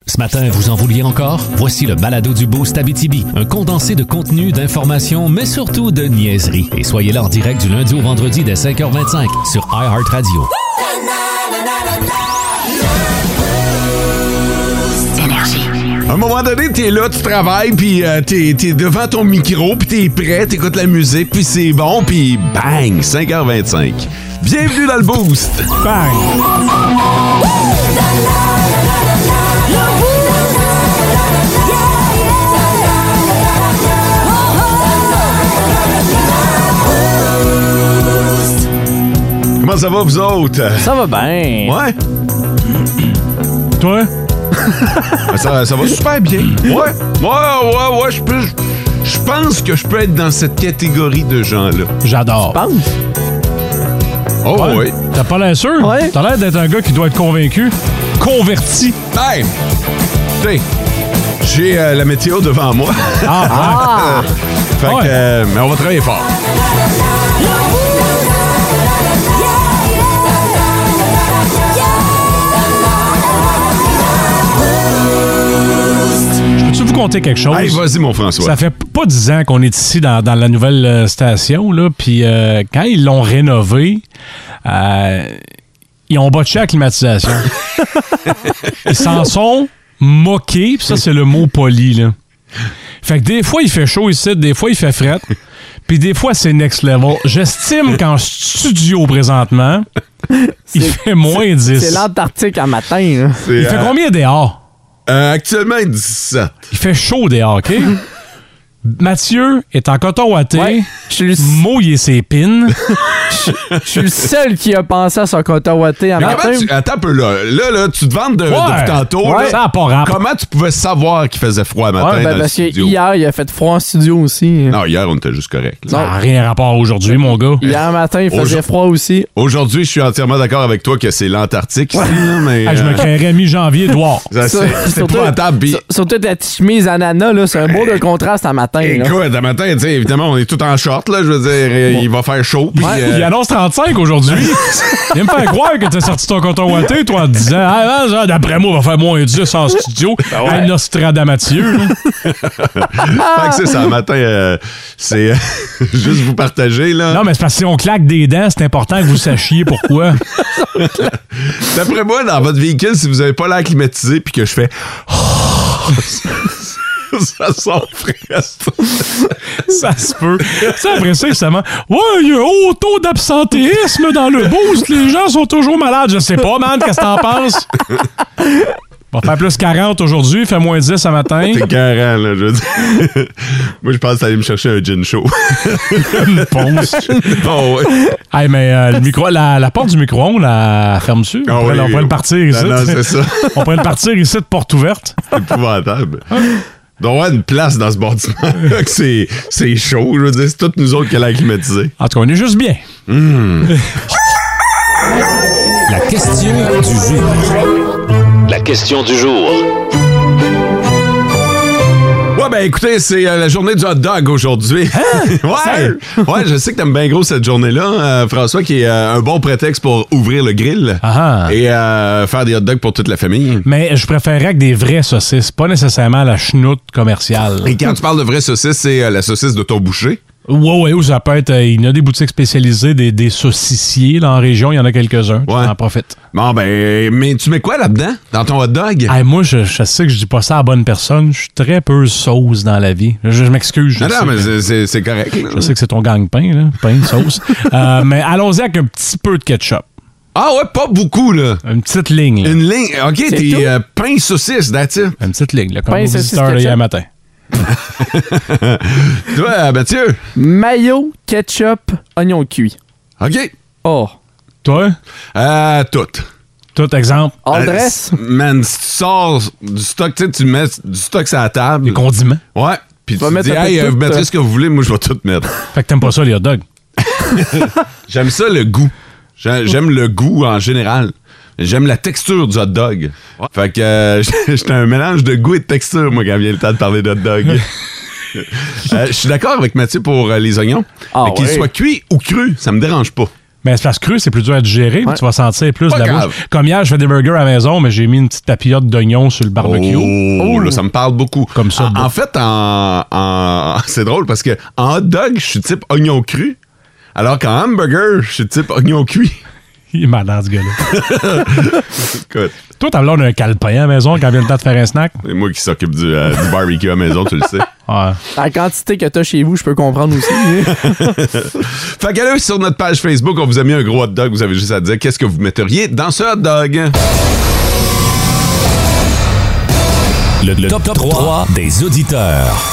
Ce matin, vous en vouliez encore? Voici le balado du Boost Abitibi, un condensé de contenu, d'informations, mais surtout de niaiseries. Et soyez là en direct du lundi au vendredi dès 5h25 sur iHeartRadio. À un moment donné, t'es là, tu travailles, puis t'es devant ton micro, puis t'es prêt, t'écoutes la musique, puis c'est bon, puis bang, 5h25. Bienvenue dans le Boost! Bang! Comment ça va, vous autres? Ça va bien. Ouais? Toi? Ça va super bien. Ouais, je pense que je peux être dans cette catégorie de gens-là. J'adore. Pense. Oh oui. T'as pas l'air sûr? Ouais. T'as l'air d'être un gars qui doit être convaincu. Converti. Hey! T'sais, j'ai la météo devant moi. Ah! Fait que, mais on va travailler fort. Peux-tu vous conter quelque chose? Hey, vas-y, mon François. Ça fait pas 10 ans qu'on est ici dans la nouvelle station, là, puis quand ils l'ont rénové, ils ont botché la climatisation. Ils s'en sont moqués, puis ça, c'est le mot poli, là. Fait que des fois, il fait chaud ici, des fois, il fait fret, puis des fois, c'est next level. J'estime qu'en studio, présentement, il fait moins 10. C'est l'Antarctique en matin. Là. Il fait combien dehors? Actuellement, 17. Il fait chaud dehors, OK? Mathieu est en coton ouaté, Ouais, mouillé ses pins. Je suis le seul qui a pensé à son coton ouaté en Mais matin. attends un peu là. Là, tu te vantes depuis tantôt. Ouais. Là. Ça n'a pas rapport. Comment tu pouvais savoir qu'il faisait froid matin Ouais, dans le parce que studio? hier, il a fait froid en studio aussi. Non, hier, on était juste correct. Ça n'a rien à rapport aujourd'hui, mon gars. Hier matin, il faisait froid aussi. Aujourd'hui, je suis entièrement d'accord avec toi que c'est l'Antarctique ici, là, mais... Ah, je me créerais mi-janvier dehors. C'est épouvantable. Puis, Surtout ta petite chemise ananas, là, c'est un beau de contraste à matin. Là. écoute, à matin, tu sais, évidemment, on est tout en short, là, je veux dire, il va faire chaud. Puis, Il annonce 35 aujourd'hui. Il me fait croire que t'as sorti ton coton ouaté, toi, en te disant ah, d'après moi, on va faire moins 10 en studio. Un Nostradamathieu. fait que c'est ça, matin, c'est juste vous partager, là. Non, mais c'est parce que si on claque des dents, c'est important que vous sachiez pourquoi. D'après moi, dans votre véhicule, si vous avez pas l'air climatisé puis que je fais... ça sort freste. Ça se peut. Ça, après ça, justement, ouais, il y a un haut taux d'absentéisme dans le Boost. Les gens sont toujours malades. Je sais pas, man. Qu'est-ce que t'en penses? On va faire plus 40 aujourd'hui, fait moins 10 ce matin. C'est carré, là, je veux dire. Moi, je pense aller me chercher un gin chaud. Une ponce. Oh, ouais. Hey, mais la porte du micro-ondes, la ferme-tu? Oh, On pourrait le partir ici. Non, c'est ça. On pourrait le partir ici de porte ouverte. C'est épouvantable. Il doit y avoir une place dans ce bâtiment là que c'est chaud. Je veux dire, c'est toutes nous autres qui allons climatiser. En tout cas, on est juste bien. La question du jour. La question du jour. Ouais, ben écoutez, c'est la journée du hot dog aujourd'hui. Ouais, je sais que t'aimes bien gros cette journée-là, François, qui est un bon prétexte pour ouvrir le grill et faire des hot dogs pour toute la famille. Mais je préférerais que des vraies saucisses, pas nécessairement la chenoute commerciale. Et quand tu parles de vraies saucisses, c'est la saucisse de ton boucher. Ouais, ou ça peut être... il y a des boutiques spécialisées, des saucissiers là, en région, il y en a quelques-uns. Tu en profites. Bon, ben, mais tu mets quoi là-dedans, dans ton hot dog? Hey, moi, je sais que je dis pas ça à la bonne personne. Je suis très peu sauce dans la vie. Je m'excuse. Non, mais c'est correct. Là. Je sais que c'est ton gang-pain, là. Pain de sauce. Mais allons-y avec un petit peu de ketchup. Ah ouais, pas beaucoup, là. Une petite ligne. Là. Une ligne. OK, t'es pain saucisse, that's it. Une petite ligne, là, comme Pain au saucisse visiteur hier matin. Toi, Mathieu? Mayo, ketchup, oignon cuit. OK. Oh. Toi? Tout exemple. All dress? Man, si tu sors du stock, tu mets du stock sur la table. Les condiments. Ouais. Puis tu vas dis, mettre un peu hey, de vous tout, mettrez ce que vous voulez, moi je vais tout mettre. Fait que t'aimes pas ça, les hot dogs? J'aime ça, le goût. J'aime le goût en général. J'aime la texture du hot dog. Fait que j'étais un mélange de goût et de texture, moi, quand vient le temps de parler de hot dog. Je suis d'accord avec Mathieu pour les oignons. Qu'ils soient cuits ou crus, ça me dérange pas. Mais c'est parce que cru, c'est plus dur à digérer, Ouais. tu vas sentir plus Pas de la grave. bouche. Comme hier, je fais des burgers à la maison, mais j'ai mis une petite papillote d'oignon sur le barbecue. Oh, là, ça me parle beaucoup. Comme ça, En fait, c'est drôle parce que en hot dog, je suis type oignon cru, alors qu'en hamburger, je suis type oignon cuit. Il est malade, ce gars-là. Écoute, Toi, t'as l'air d'un calepin à la maison quand vient le temps de faire un snack? c'est moi qui s'occupe du barbecue à la maison, tu le sais. Ouais. La quantité que t'as chez vous, je peux comprendre aussi. Fait qu'allez sur notre page Facebook, on vous a mis un gros hot dog. Vous avez juste à dire qu'est-ce que vous metteriez dans ce hot dog. Le top 3 des auditeurs.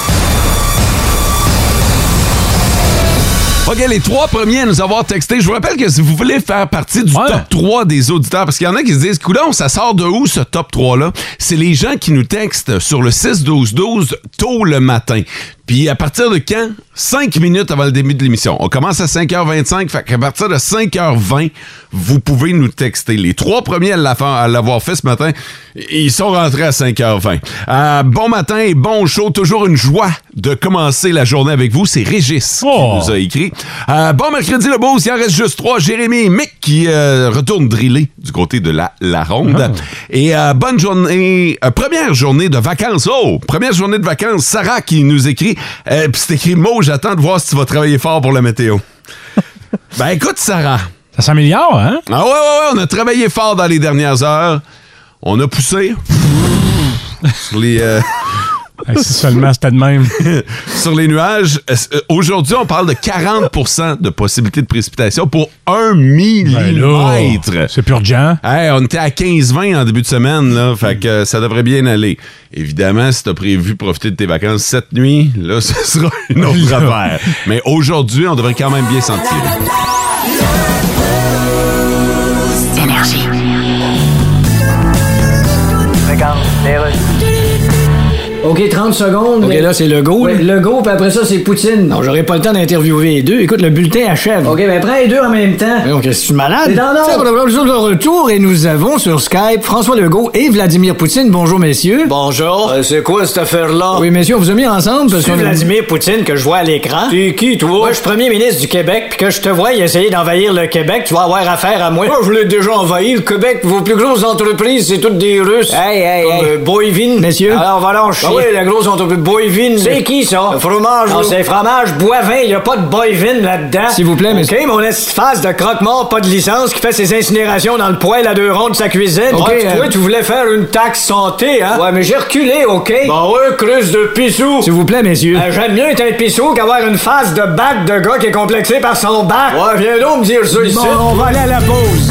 OK, les 3 premiers à nous avoir texté. Je vous rappelle que si vous voulez faire partie du top 3 des auditeurs, parce qu'il y en a qui se disent, coudonc, ça sort de où ce top 3-là? C'est les gens qui nous textent sur le 6-12-12 tôt le matin. Puis à partir de quand? 5 minutes avant le début de l'émission. On commence à 5h25, fait qu'à partir de 5h20, vous pouvez nous texter. Les 3 premiers à l'avoir fait ce matin, ils sont rentrés à 5h20. Bon matin et bon show. Toujours une joie de commencer la journée avec vous. C'est Régis qui nous a écrit. Bon mercredi le beau, il en reste juste 3. Jérémy et Mick qui retournent driller du côté de la ronde. Et bonne journée. Première journée de vacances. Oh! Première journée de vacances. Sarah qui nous écrit. Puis c'est écrit mot, j'attends de voir si tu vas travailler fort pour la météo. Ben écoute, Sarah. Ça s'améliore, hein? Ah ouais, on a travaillé fort dans les dernières heures. On a poussé sur les... Si seulement c'était de même. sur les nuages. Aujourd'hui, on parle de 40% de possibilité de précipitation pour 1 millimètre. Ben là, c'est plus urgent. Hey, on était à 15-20 en début de semaine, là, fait que ça devrait bien aller. Évidemment, si t'as prévu profiter de tes vacances cette nuit, là, ce sera une autre affaire. Mais aujourd'hui, on devrait quand même bien s'en tirer. Énergie. OK, 30 secondes. OK, là, c'est Legault. Oui, Legault, puis après ça, c'est Poutine. Non, j'aurais pas le temps d'interviewer les deux. Écoute, le bulletin achève. OK, ben prends les deux en même temps. OK, c'est malade. Non, de retour et nous avons sur Skype François Legault et Vladimir Poutine. Bonjour, messieurs. Bonjour. C'est quoi cette affaire-là? Oui, messieurs, on vous a mis ensemble parce que Vladimir Poutine que je vois à l'écran. C'est qui, toi? Moi, je suis premier ministre du Québec, puis que je te vois essayer d'envahir le Québec, tu vas avoir affaire à moi. Moi, je l'ai déjà envahi, le Québec. Vos plus grosses entreprises, c'est toutes des Russes. Comme Boivin. Messieurs. Alors, voilà, on chie. Ah oui, la grosse entreprise Boivin. C'est qui, ça? Le fromage. Non, c'est fromage Boivin. Il a pas de Boivin là-dedans. S'il vous plaît, messieurs. OK, mon face de croque-mort, pas de licence, qui fait ses incinérations dans le poêle à 2 ronds de sa cuisine. OK, toi, tu voulais faire une taxe santé, hein? Ouais, mais j'ai reculé, OK? Bah ouais, cruce de pissou. S'il vous plaît, messieurs. J'aime mieux être un pissou qu'avoir une face de bac de gars qui est complexé par son bac. Ouais, viens donc me dire ça ici. Bon, on va aller à la pause.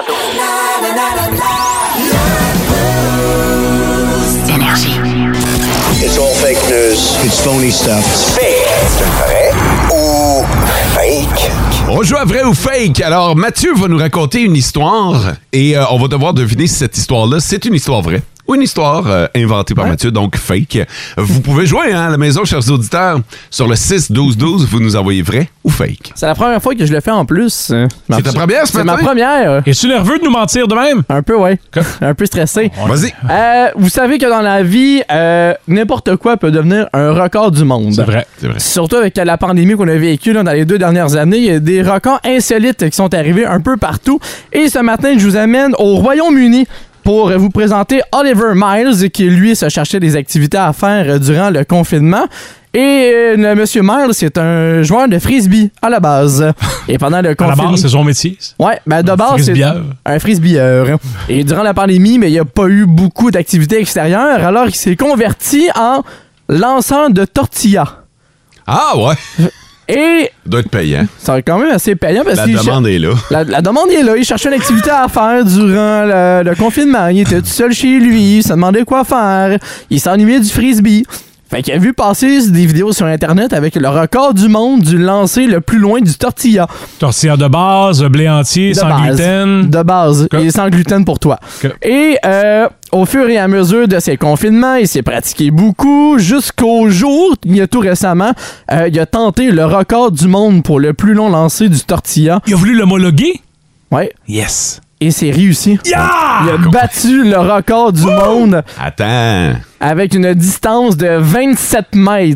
Énergie. It's all fake news. It's phony stuff. Fake. Vrai ou fake? On joue à vrai ou fake. Alors, Mathieu va nous raconter une histoire et on va devoir deviner si cette histoire-là, c'est une histoire vraie ou une histoire inventée par Mathieu, donc fake. Vous pouvez jouer à la maison, chers auditeurs, sur le 6-12-12. Vous nous envoyez vrai ou fake. C'est la première fois que je le fais en plus. C'est ta première, ce C'est ma matin? première. Es-tu nerveux de nous mentir de même? Un peu, ouais. Un peu stressé. Vas-y. Vous savez que dans la vie, n'importe quoi peut devenir un record du monde. C'est vrai. C'est vrai. Surtout avec la pandémie qu'on a vécue là, dans les 2 dernières années, il y a des records insolites qui sont arrivés un peu partout. Et ce matin, je vous amène au Royaume-Uni pour vous présenter Oliver Miles, qui lui se cherchait des activités à faire durant le confinement. Et Monsieur Miles, c'est un joueur de frisbee à la base. Et pendant le À la confinement... base, c'est son métier. Ouais, ben de base, c'est frisbeeur. un frisbeeur. Et durant la pandémie, mais il n'y a pas eu beaucoup d'activités extérieures, alors il s'est converti en lanceur de tortillas. Ah ouais. Et Ça doit être payant. c'est quand même assez payant parce La qu'il demande est là. La demande est là. Il cherchait une activité à faire durant le confinement. Il était tout seul chez lui. Il se demandait quoi faire. Il s'ennuyait du frisbee. Fait qu'il a vu passer des vidéos sur Internet avec le record du monde du lancer le plus loin du tortilla. Tortilla de base, blé entier, De sans base. gluten. De base. Que- Et sans gluten pour toi. Que- Et au fur et à mesure de ses confinements, il s'est pratiqué beaucoup jusqu'au jour, il y a tout récemment, il a tenté le record du monde pour le plus long lancer du tortilla. Il a voulu l'homologuer? Ouais. Yes. Et c'est réussi. Yeah! Il a battu le record du monde Attends. avec une distance de 27 mètres.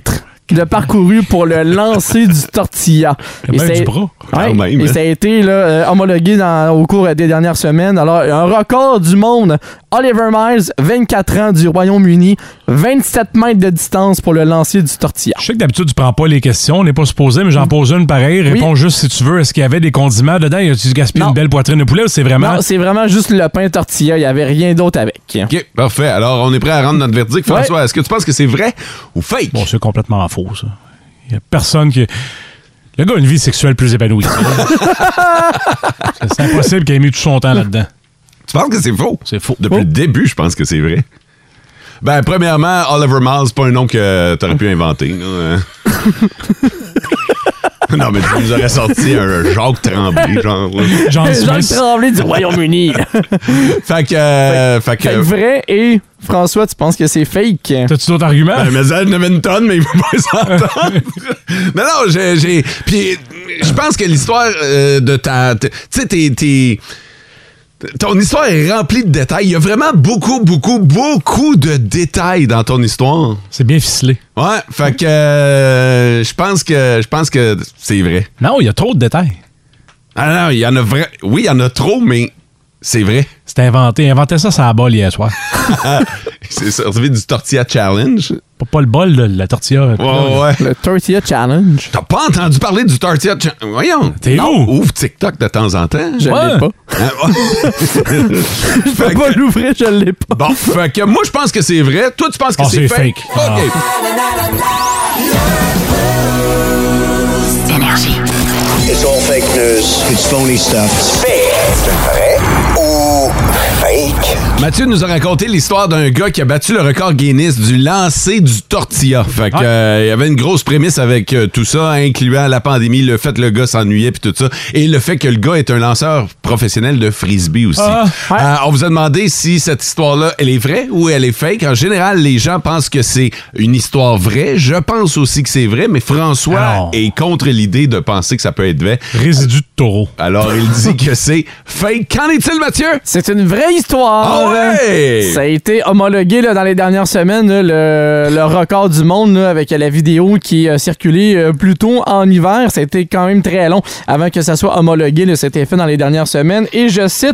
qu'il a parcouru pour le lancer du tortilla. Et du bras. Ouais, et ça a été là, homologué au cours des dernières semaines. Alors, un record du monde. Oliver Miles, 24 ans du Royaume-Uni, 27 mètres de distance pour le lancer du tortilla. Je sais que d'habitude, tu prends pas les questions, on n'est pas supposé, mais j'en pose une pareille. Réponds juste si tu veux. Est-ce qu'il y avait des condiments dedans? As-tu gaspillé une belle poitrine de poulet ou c'est vraiment... Non, c'est vraiment juste le pain tortilla. Il n'y avait rien d'autre avec. OK, parfait. Alors, on est prêt à rendre notre verdict. François, est-ce que tu penses que c'est vrai ou fake? Bon, c'est complètement faux, ça. Il n'y a personne qui... Le gars a une vie sexuelle plus épanouie. C'est impossible qu'il ait mis tout son temps là-dedans. Tu penses que c'est faux? C'est faux. Depuis le début, je pense que c'est vrai. Ben, premièrement, Oliver Miles, c'est pas un nom que t'aurais pu inventer. Non, mais tu nous aurais sorti un Jacques Tremblay, genre. Jacques Tremblay du Royaume-Uni. Fait que vrai et... François, tu penses que c'est fake? T'as-tu d'autres arguments? Ben, mais elle avait une tonne, mais il faut pas s'entendre. Mais non, j'ai... Puis, je pense que l'histoire de ta... Tu sais, ton histoire est remplie de détails. Il y a vraiment beaucoup de détails dans ton histoire. C'est bien ficelé. Ouais, fait que je pense que c'est vrai. Non, il y a trop de détails. Ah non, il y en a oui, il y en a trop, mais c'est vrai. C'est inventé. Inventait ça à la balle hier soir. C'est servi du Tortilla Challenge. Pas le bol, la tortilla. Ouais. Le Tortilla Challenge. T'as pas entendu parler du Tortilla Challenge? Voyons. T'es où? Ouvre TikTok de temps en temps. Je l'ai pas. Je peux pas l'ouvrir, je l'ai pas. Bon, fait que moi, je pense que c'est vrai. Toi, tu penses que c'est fake? OK. Énergie. It's all fake news. It's phony stuff. C'est vrai ou fake? Mathieu nous a raconté l'histoire d'un gars qui a battu le record Guinness du lancer du tortilla. Fait que il y avait une grosse prémisse avec tout ça, incluant la pandémie, le fait que le gars s'ennuyait puis tout ça, et le fait que le gars est un lanceur professionnel de frisbee aussi. On vous a demandé si cette histoire-là, elle est vraie ou elle est fake. En général, les gens pensent que c'est une histoire vraie. Je pense aussi que c'est vrai, mais François est contre l'idée de penser que ça peut être vrai. Résidu de taureau. Alors, il dit que c'est fake. Qu'en est-il, Mathieu? C'est une vraie histoire. Ouais! Ça a été homologué là, dans les dernières semaines, là, le record du monde là, avec la vidéo qui a circulé plus tôt en hiver. Ça a été quand même très long avant que ça soit homologué. Là, c'était fait dans les dernières semaines. Et je cite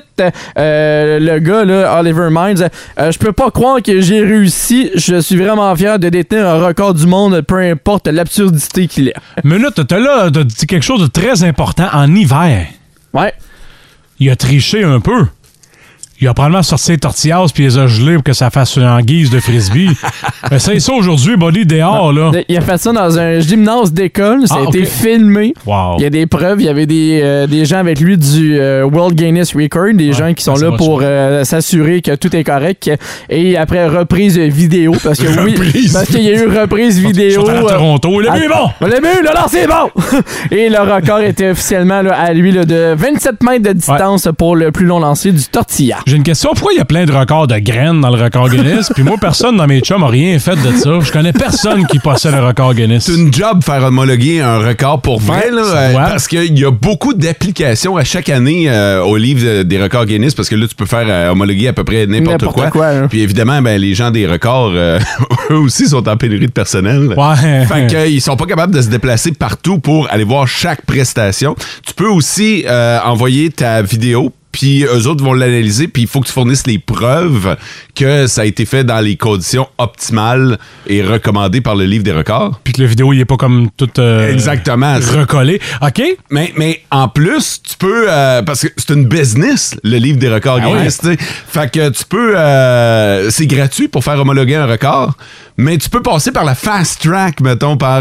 le gars, là, Oliver Miles. Je peux pas croire que j'ai réussi. Je suis vraiment fier de détenir un record du monde, peu importe l'absurdité qu'il est. Mais là, t'as dit quelque chose de très important en hiver. Ouais. Il a triché un peu. Il a probablement sorti les tortillas puis les a gelés pour que ça fasse en guise de frisbee. Mais c'est ça aujourd'hui, Buddy, dehors, là. Il a fait ça dans un gymnase d'école. Ça a été filmé. Wow. Il y a des preuves. Il y avait des gens avec lui du World Guinness Record, des gens qui sont là pour s'assurer que tout est correct. Et après, reprise vidéo. Parce que parce qu'il y a eu reprise vidéo. À Toronto. Le but est bon! Le but, le lancer est bon! Et le record était officiellement là, à lui là, de 27 mètres de distance pour le plus long lancer du tortilla. J'ai une question. Pourquoi il y a plein de records de graines dans le record Guinness? Puis moi, personne dans mes chums n'a rien fait de ça. Je connais personne qui possède le record Guinness. C'est une job faire homologuer un record pour vrai, là, parce qu'il y a beaucoup d'applications à chaque année au livre des records Guinness, parce que là, tu peux faire homologuer à peu près n'importe quoi. Hein. Puis évidemment, ben, les gens des records, eux aussi, sont en pénurie de personnel. Ouais. Fait qu'ils sont pas capables de se déplacer partout pour aller voir chaque prestation. Tu peux aussi envoyer ta vidéo, puis eux autres vont l'analyser, puis il faut que tu fournisses les preuves que ça a été fait dans les conditions optimales et recommandées par le livre des records. Puis que la vidéo, il est pas comme toute exactement recollée. OK. Mais en plus, tu peux... parce que c'est une business, le livre des records Guinness, tu sais. Fait que tu peux... c'est gratuit pour faire homologuer un record, mais tu peux passer par la fast track, mettons, par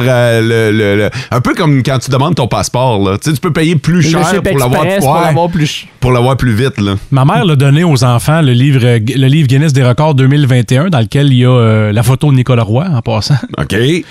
un peu comme quand tu demandes ton passeport, là. Tu sais, tu peux payer plus cher pour l'avoir plus vite, là. Ma mère l'a donné aux enfants, le livre Guinness des records 2021, dans lequel il y a la photo de Nicolas Roy, en passant. OK.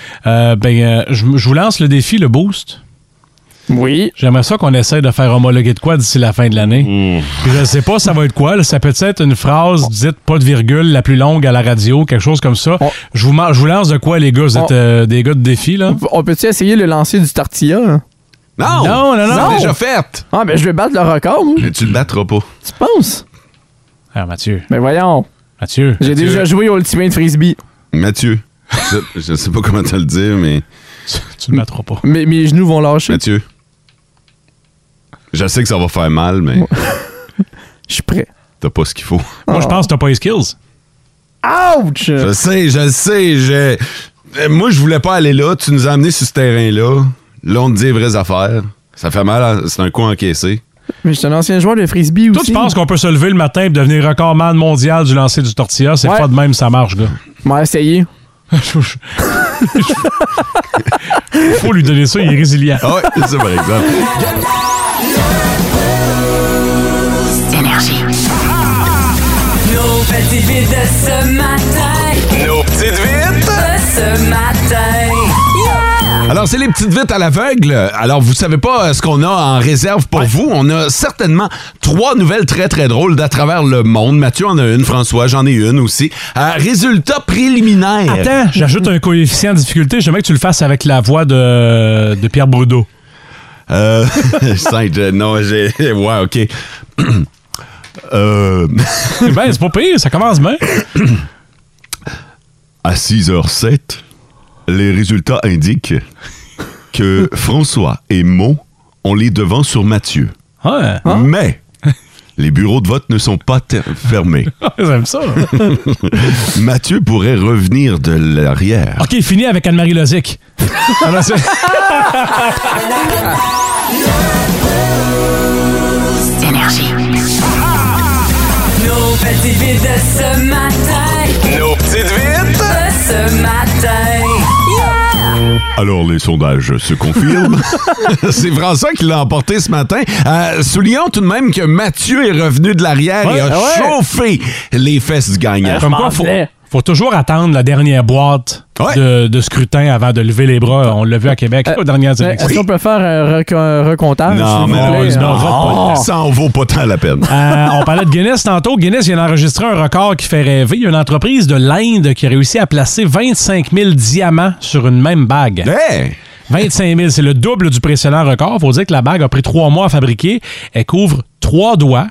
Je vous lance le défi, le boost. Oui. J'aimerais ça qu'on essaie de faire homologuer de quoi d'ici la fin de l'année. Puis je sais pas ça va être quoi. Là. Ça peut être une phrase dite pas de virgule la plus longue à la radio, quelque chose comme ça. Je vous lance de quoi, les gars? Vous êtes des gars de défi, là? On peut-tu essayer le lancer du tortilla? Hein? Non, c'est déjà fait. Ah, ben je vais battre le record, moi. Mais tu le battras pas. Tu penses? Ah, Mathieu. Mais voyons. Mathieu. J'ai déjà joué au Ultimate Frisbee. Mathieu, je sais pas comment te le dire, mais Tu le battras pas. Mes genoux vont lâcher. Mathieu, je sais que ça va faire mal, mais... Je suis prêt. T'as pas ce qu'il faut. Moi, je pense que t'as pas les skills. Ouch! Je sais. Moi, je voulais pas aller là. Tu nous as amenés sur ce terrain-là. Là, on te dit les vraies affaires. Ça fait mal. C'est un coup encaissé. Mais je suis un ancien joueur de frisbee aussi. Toi, tu penses qu'on peut se lever le matin et devenir recordman mondial du lancer du tortilla? C'est pas de même, ça marche, gars. On va essayer. Faut lui donner ça, il est résilient. Ah ouais, c'est ça, par exemple. Énergie. Nos petites vites de ce matin. Nos petites vites De ce matin. Yeah! Alors, c'est les petites vites à l'aveugle. Alors, vous savez pas ce qu'on a en réserve pour vous. On a certainement 3 nouvelles très, très drôles d'à travers le monde. Mathieu en a une, François, j'en ai une aussi. Résultat préliminaire. Attends, j'ajoute un coefficient de difficulté. J'aimerais que tu le fasses avec la voix de Pierre Bourdeau. Non, j'ai... Ouais, OK. Ben, c'est pas pire, ça commence bien. À 6h07, les résultats indiquent que François et Mo ont les devants sur Mathieu. Ouais. Mais les bureaux de vote ne sont pas fermés. J'aime ça. Mathieu pourrait revenir de l'arrière. OK, fini avec Anne-Marie Lozic. Énergie. Nos petites vites de ce matin. Nos petites vites De ce matin. Yeah! Alors, les sondages se confirment. C'est François qui l'a emporté ce matin. Soulignons tout de même que Mathieu est revenu de l'arrière et a chauffé les fesses du gagnant. Comme quoi, faut toujours attendre la dernière boîte de scrutin avant de lever les bras. On l'a vu à Québec aux dernières élections. Est-ce qu'on peut faire un recomptage? Non, mais ça en vaut pas tant la peine. On parlait de Guinness tantôt. Guinness vient d'enregistrer un record qui fait rêver. Il y a une entreprise de l'Inde qui a réussi à placer 25 000 diamants sur une même bague. Hey! 25 000, c'est le double du précédent record. Faut dire que la bague a pris 3 mois à fabriquer. Elle couvre 3 doigts.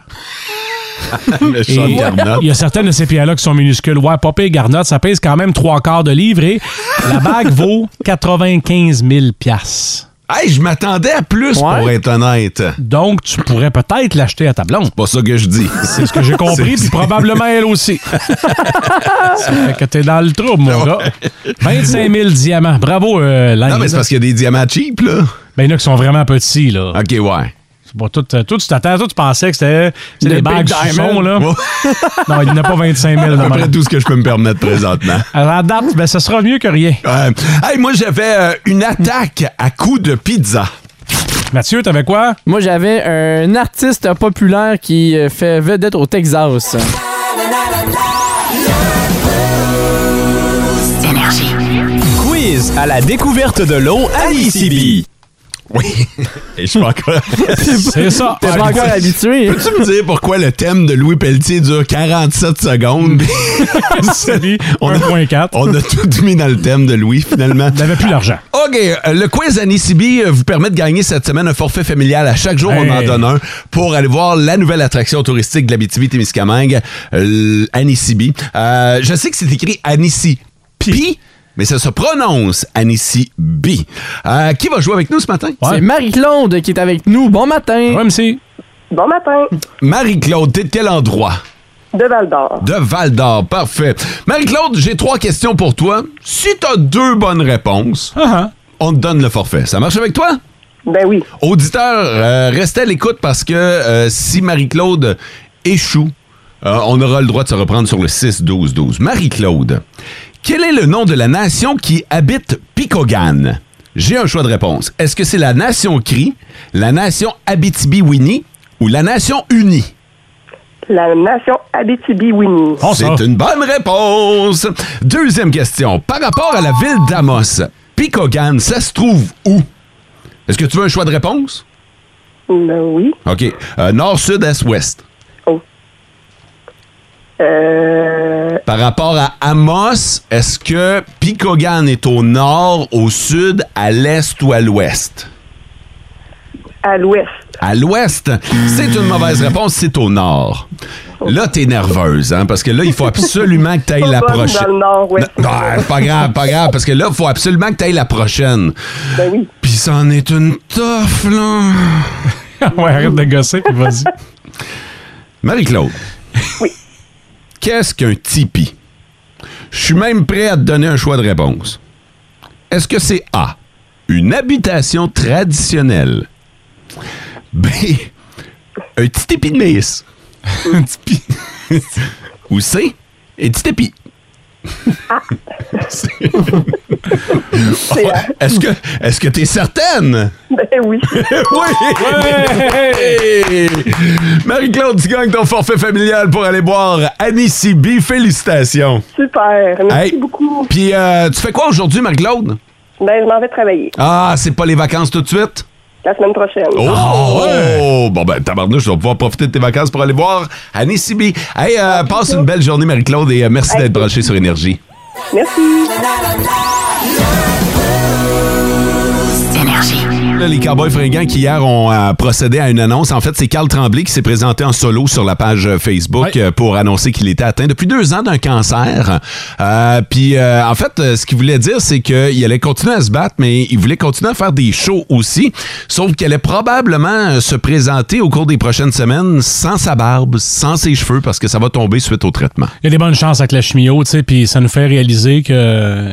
Il y a certaines de ces pierres-là qui sont minuscules. Ouais, pas pire, garnotte, ça pèse quand même 3/4 de livre et la bague vaut 95 000 $. Hey, je m'attendais à plus, pour être honnête. Donc, tu pourrais peut-être l'acheter à ta blonde. C'est pas ça que je dis. C'est ce que j'ai compris, puis probablement elle aussi. Ça fait que t'es dans le trouble, mon gars. 25 000 diamants. Bravo, l'Inde. Non, mais c'est parce qu'il y a des diamants cheap, là. Ben, il y en a qui sont vraiment petits, là. OK, ouais. Bon, toi, tu t'attends, toi, tu pensais que c'était des bagues son, là. Non, il n'y en a pas 25 000. À peu près tout ce que je peux me permettre présentement. À la date, ben, ça sera mieux que rien. Hey, moi, j'avais une attaque à coups de pizza. Mathieu, t'avais quoi? Moi, j'avais un artiste populaire qui fait vedette au Texas. Énergie. Quiz à la découverte de l'eau à Abitibi. Oui, et je suis pas encore... C'est ça. T'es pas encore habitué. Peux-tu me dire pourquoi le thème de Louis Pelletier dure 47 secondes? Salut, 1.4. On a tout mis dans le thème de Louis, finalement. Il n'avait plus d'argent. OK, le quiz Anisibi vous permet de gagner cette semaine un forfait familial. À chaque jour, on en donne un pour aller voir la nouvelle attraction touristique de l'Abitibi-Témiscamingue, Anisibi. Je sais que c'est écrit Anisipi, mais ça se prononce Anisibi. Qui va jouer avec nous ce matin? C'est Marie-Claude qui est avec nous. Bon matin. Ouais, MC. Bon matin. Marie-Claude, t'es de quel endroit? De Val-d'Or. De Val-d'Or, parfait. Marie-Claude, j'ai 3 questions pour toi. Si t'as 2 bonnes réponses, on te donne le forfait. Ça marche avec toi? Ben oui. Auditeur, restez à l'écoute parce que si Marie-Claude échoue, on aura le droit de se reprendre sur le 6-12-12. Marie-Claude, quel est le nom de la nation qui habite Picogan? J'ai un choix de réponse. Est-ce que c'est la nation Cri, la nation Abitibi-Winnie ou la nation Unie? La nation Abitibi-Winnie. C'est une bonne réponse. Deuxième question. Par rapport à la ville d'Amos, Picogan, ça se trouve où? Est-ce que tu veux un choix de réponse? Ben oui. OK. Nord, sud, est, ouest. Oh. Par rapport à Amos, est-ce que Picogan est au nord, au sud, à l'est ou à l'ouest? À l'ouest. À l'ouest. C'est une mauvaise réponse, c'est au nord. Là, t'es nerveuse, hein, parce que là, il faut absolument que t'ailles la prochaine. Dans le nord, ouais. Non, pas grave, parce que là, il faut absolument que t'ailles la prochaine. Ben oui. Puis ça en est une toffe, là. Ouais, arrête de gosser, puis vas-y. Marie-Claude. Oui. Qu'est-ce qu'un tipi? Je suis même prêt à te donner un choix de réponse. Est-ce que c'est A, une habitation traditionnelle? B, un petit épi de maïs? Un tipi. Ou C, un petit épi? Est-ce que t'es certaine? Ben oui. Oui! Ouais! Marie-Claude, tu gagnes ton forfait familial pour aller boire Anissibi. Félicitations. Super. Merci beaucoup. Puis, tu fais quoi aujourd'hui, Marie-Claude? Ben, je m'en vais travailler. Ah, c'est pas les vacances tout de suite? La semaine prochaine. Oh! Ouais. Bon, ben, tabarnouche, tu vas pouvoir profiter de tes vacances pour aller voir Anissibi. Hey, passe une belle journée, Marie-Claude, et merci d'être branché sur Énergie. Merci. Là, les Cowboys fringants qui hier ont procédé à une annonce. En fait, c'est Carl Tremblay qui s'est présenté en solo sur la page Facebook pour annoncer qu'il était atteint depuis 2 ans d'un cancer. Puis, en fait, ce qu'il voulait dire, c'est qu'il allait continuer à se battre, mais il voulait continuer à faire des shows aussi. Sauf qu'il allait probablement se présenter au cours des prochaines semaines sans sa barbe, sans ses cheveux, parce que ça va tomber suite au traitement. Il y a des bonnes chances avec la chimio, tu sais, puis ça nous fait réaliser que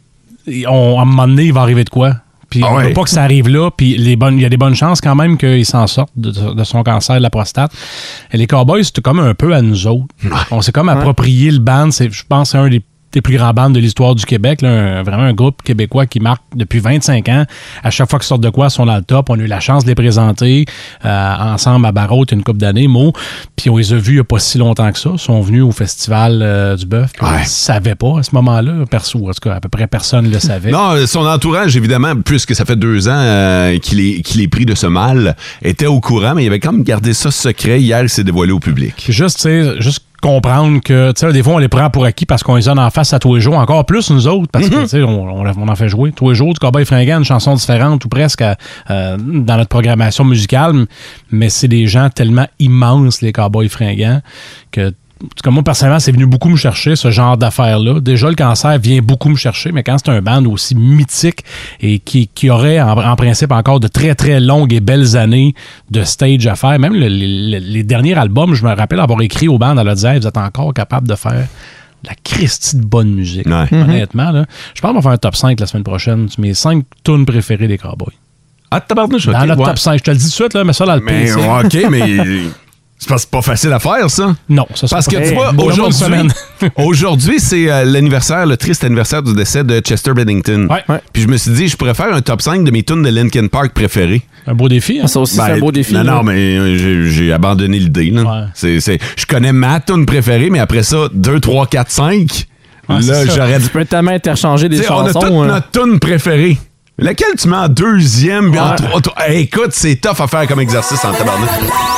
à un moment donné, il va arriver de quoi? Puis on veut pas que ça arrive là, puis il y a des bonnes chances quand même qu'il s'en sorte de son cancer de la prostate. Et les Cowboys, c'est comme un peu à nous autres. On s'est comme approprié le band. Je pense que c'est un des plus grands bands de l'histoire du Québec. Là, vraiment un groupe québécois qui marque depuis 25 ans. À chaque fois qu'ils sortent de quoi, ils sont dans le top. On a eu la chance de les présenter ensemble à Barrault une couple d'années, Puis on les a vus il n'y a pas si longtemps que ça. Ils sont venus au Festival du Bœuf. On ne savait pas à ce moment-là. Perso, en tout cas, à peu près personne ne le savait. Non, son entourage, évidemment, puisque ça fait 2 ans qu'il est pris de ce mal, était au courant, mais il avait quand même gardé ça secret. Hier, il s'est dévoilé au public. Juste comprendre que, tu sais, des fois, on les prend pour acquis parce qu'on les a en face à tous les jours. Encore plus, nous autres, parce que, tu sais, on en fait jouer tous les jours du Cowboy fringant, une chanson différente ou presque dans notre programmation musicale. Mais c'est des gens tellement immenses, les Cowboys fringants, que comme moi, personnellement, c'est venu beaucoup me chercher, ce genre d'affaires-là. Déjà, le cancer vient beaucoup me chercher, mais quand c'est un band aussi mythique et qui aurait, en principe, encore de très, très longues et belles années de stage à faire, même les derniers albums, je me rappelle avoir écrit au band à leur dire hey, « Vous êtes encore capable de faire de la Christie de bonne musique. Ouais. » Honnêtement, là, je pense qu'on va faire un top 5 la semaine prochaine. Mes 5 tunes préférées des Cowboys. Ah, tabarnouche, dans notre top 5. Je te le dis tout de suite, là, mets ça dans le PC. OK, mais... C'est pas facile à faire, ça? Non, ça parce que tu vois, aujourd'hui, c'est l'anniversaire, le triste anniversaire du décès de Chester Bennington. Ouais. Puis je me suis dit, je pourrais faire un top 5 de mes tunes de Linkin Park préférées. Un beau défi, hein? Ça aussi, c'est un beau défi. Non, mais j'ai abandonné l'idée. Là. Ouais. Je connais ma tune préférée, mais après ça, 2, 3, 4, 5. Ouais, là, j'aurais dû peut-être interchanger des chansons. On a toute notre tune préférée. Laquelle tu mets en deuxième, puis en trois? Hey, écoute, c'est tough à faire comme exercice en tabarnak.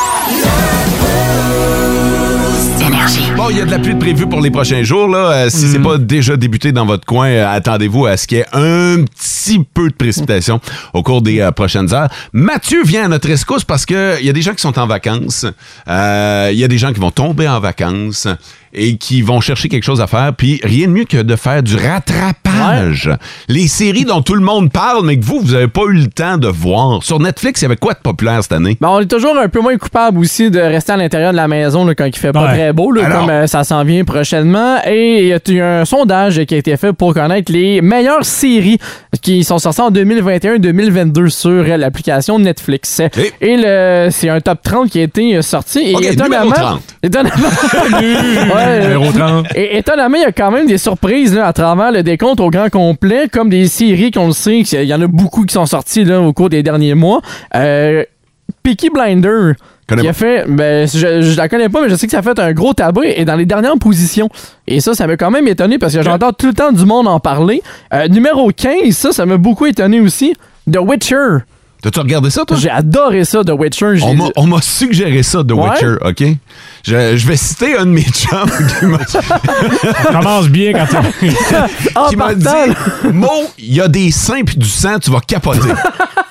Bon, il y a de la pluie de prévue pour les prochains jours. Là. Si c'est pas déjà débuté dans votre coin, attendez-vous à ce qu'il y ait un petit peu de précipitation au cours des prochaines heures. Mathieu vient à notre rescousse parce qu'il y a des gens qui sont en vacances. Il y a des gens qui vont tomber en vacances et qui vont chercher quelque chose à faire. Puis rien de mieux que de faire du rattrapage. Ouais. Les séries dont tout le monde parle, mais que vous n'avez pas eu le temps de voir. Sur Netflix, il y avait quoi de populaire cette année? Ben, on est toujours un peu moins coupable aussi de rester à l'intérieur de la maison là, quand il fait pas très beau, là, comme ça s'en vient prochainement. Et il y a un sondage qui a été fait pour connaître les meilleures séries qui sont sorties en 2021-2022 sur l'application Netflix. Okay. Et c'est un top 30 qui a été sorti. Et étonnamment, 30. Numéro 30. Et étonnamment, il y a quand même des surprises là, à travers le décompte au grand complet, comme des séries qu'on le sait, il y en a beaucoup qui sont sorties là, au cours des derniers mois. Peaky Blinders, qui a fait, je la connais pas, mais je sais que ça a fait un gros tabac et dans les dernières positions. Et ça m'a quand même étonné parce que j'entends tout le temps du monde en parler. Numéro 15, ça m'a beaucoup étonné aussi. The Witcher. T'as-tu regardé ça, toi? J'ai adoré ça, The Witcher. On m'a suggéré ça, The Witcher, OK? Je vais citer un de mes chums qui m'a... Ça commence bien quand tu... qui m'a dit, Mo, il y a des seins pis du sang, tu vas capoter.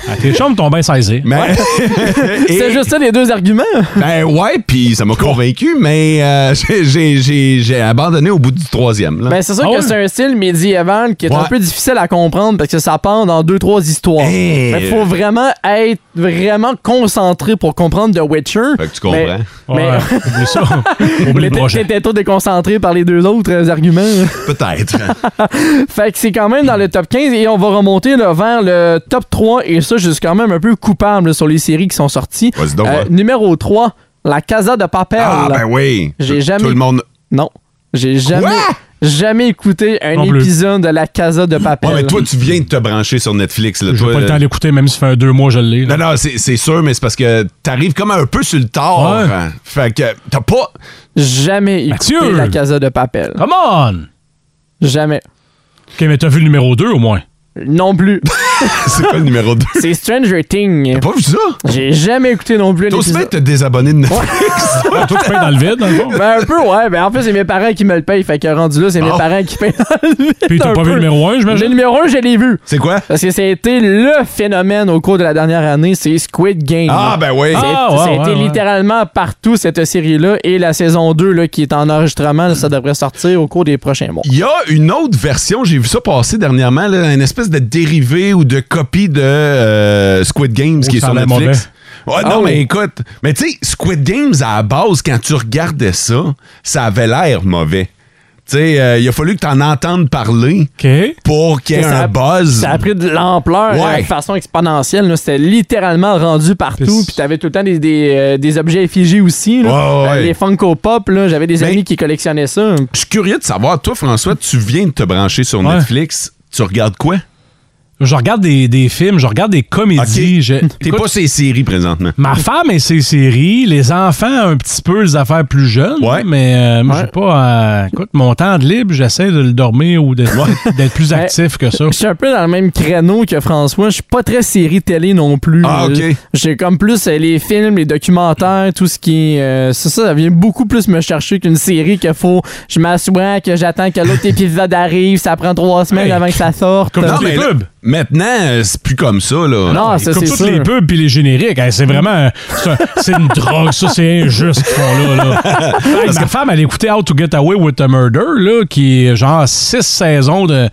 Tes chums t'ont bien saisi. Mais... C'est juste ça, les deux arguments. Ben ouais, puis ça m'a convaincu, mais j'ai abandonné au bout du 3e. Là. Ben c'est sûr que c'est un style médiéval qui est un peu difficile à comprendre parce que ça part dans 2-3 histoires. Il faut vraiment être vraiment concentré pour comprendre The Witcher. Fait que tu comprends. Mais oublie ça. Oublie le prochain. T'étais trop déconcentré par les deux autres arguments. Peut-être. Fait que c'est quand même dans le top 15 et on va remonter là, vers le top 3 et ça, je suis quand même un peu coupable sur les séries qui sont sorties. Vas-y donc, numéro 3, La Casa de Papel. Ah, ben oui. J'ai jamais... Tout le monde... Non. J'ai jamais écouté un épisode de La Casa de Papel. Ouais, mais toi, tu viens de te brancher sur Netflix. Là. J'ai pas le temps d'écouter, même si ça fait 2 mois, je l'ai. Là. Non, c'est sûr, mais c'est parce que t'arrives comme un peu sur le tard. Ouais. Hein. Fait que t'as pas... Jamais écouté La Casa de Papel. Come on! Jamais. OK, mais t'as vu le numéro 2 au moins? Non plus. C'est quoi le numéro 2? C'est Stranger Things. T'as pas vu ça? J'ai jamais écouté non plus. T'as aussi bien te désabonner de Netflix. Toi, tu payes dans le vide, dans le fond? Ben, un peu, ouais. Ben, en fait, c'est mes parents qui me le payent. Fait que rendu là, c'est mes parents qui payent dans le vide. Puis t'as pas vu le numéro 1, j'imagine? Le numéro 1, je l'ai vu. C'est quoi? Parce que ça a été le phénomène au cours de la dernière année. C'est Squid Game. Ah, ben oui. Ça a été littéralement partout, cette série-là. Et la saison 2, là, qui est en enregistrement, là, ça devrait sortir au cours des prochains mois. Il y a une autre version, j'ai vu ça passer dernièrement, là, une espèce de dérivé ou de copie de Squid Games qui est sur Netflix. Ouais, non, mais écoute, mais tu sais, Squid Games, à la base, quand tu regardais ça, ça avait l'air mauvais. Tu sais, il a fallu que tu en entendes parler pour qu'il y ait un buzz. Ça a pris de l'ampleur de façon exponentielle. Là. C'était littéralement rendu partout. Puis t'avais tout le temps des objets effigies aussi. Là. Les Funko Pop, là, j'avais des amis qui collectionnaient ça. Je suis curieux de savoir, toi, François, tu viens de te brancher sur Netflix. Tu regardes quoi? Je regarde des films, je regarde des comédies. Okay. T'es pas ces séries présentement. Ma femme et ses séries, les enfants un petit peu les affaires plus jeunes. Ouais. Mais moi, j'ai pas... écoute, mon temps de libre, j'essaie de le dormir ou d'être plus actif que ça. Je suis un peu dans le même créneau que François. Je suis pas très série télé non plus. Ah, OK. J'ai comme plus les films, les documentaires, tout ce qui... ça vient beaucoup plus me chercher qu'une série qu'il faut... Je m'assois, que j'attends que l'autre épisode arrive, ça prend 3 semaines avant que ça sorte. Comme tous les pubs. Maintenant, c'est plus comme ça, là. Non, ça, comme c'est toutes sûr. les pubs puis les génériques. C'est vraiment... C'est une drogue, ça, c'est injuste qu'ils font là. Ma femme, elle écoutait How to Get Away with a Murder, là, qui est genre 6 saisons de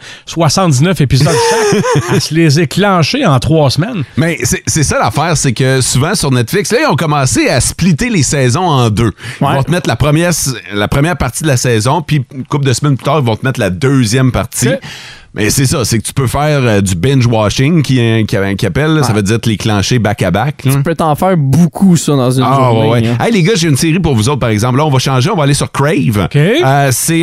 79 épisodes chaque. Elle se les éclenchait en 3 semaines. Mais c'est ça l'affaire, c'est que souvent sur Netflix, là, ils ont commencé à splitter les saisons en 2. Ils vont te mettre la première partie de la saison, puis une couple de semaines plus tard, ils vont te mettre la deuxième partie. Mais c'est ça, c'est que tu peux faire du binge-watching qui appelle, là, ça veut dire te les clencher back-à-back. Tu peux t'en faire beaucoup, ça, dans une journée. Ouais. Hey, les gars, j'ai une série pour vous autres, par exemple. Là, on va changer, on va aller sur Crave. C'est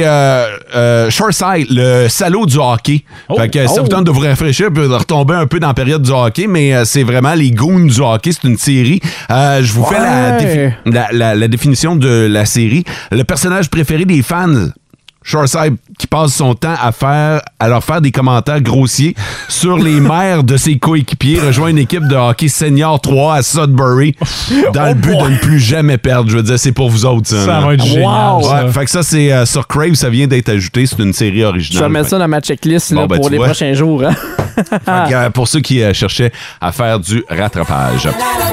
Shoreside, le salaud du hockey. Fait que ça vous tente de vous rafraîchir puis de retomber un peu dans la période du hockey, mais c'est vraiment les goons du hockey. C'est une série. Je vous fais la définition de la série. Le personnage préféré des fans, Shoreside, qui passe son temps à leur faire des commentaires grossiers sur les mères de ses coéquipiers, rejoint une équipe de hockey senior 3 à Sudbury dans le but de ne plus jamais perdre. Je veux dire, c'est pour vous autres. Ça va être génial. Ouais, fait que ça, c'est sur Crave, ça vient d'être ajouté. C'est une série originale. Je vais mettre ça dans ma checklist là, pour les prochains jours. Hein? Fait que, pour ceux qui cherchaient à faire du rattrapage.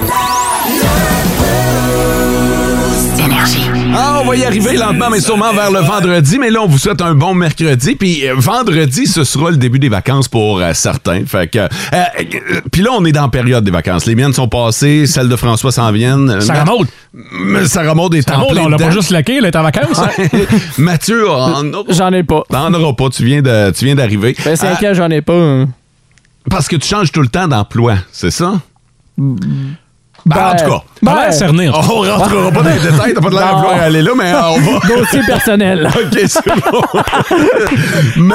On va y arriver lentement, mais sûrement vers le vendredi. Mais là, on vous souhaite un bon mercredi. Puis vendredi, ce sera le début des vacances pour certains. Fait que puis là, on est dans la période des vacances. Les miennes sont passées, celles de François s'en viennent. Sarah Maud. Sarah Maud est en plein on l'a dedans. pas juste laqué, elle est en vacances. Mathieu, j'en ai pas. T'en auras pas, tu viens d'arriver. Ben, 5 ans, j'en ai pas. Hein. Parce que tu changes tout le temps d'emploi, c'est ça? En tout cas, pas l'air cerné. On rentrera pas dans les détails, t'as pas de l'air à vouloir aller là, mais on va... Dossier personnel. OK, c'est bon. Mais...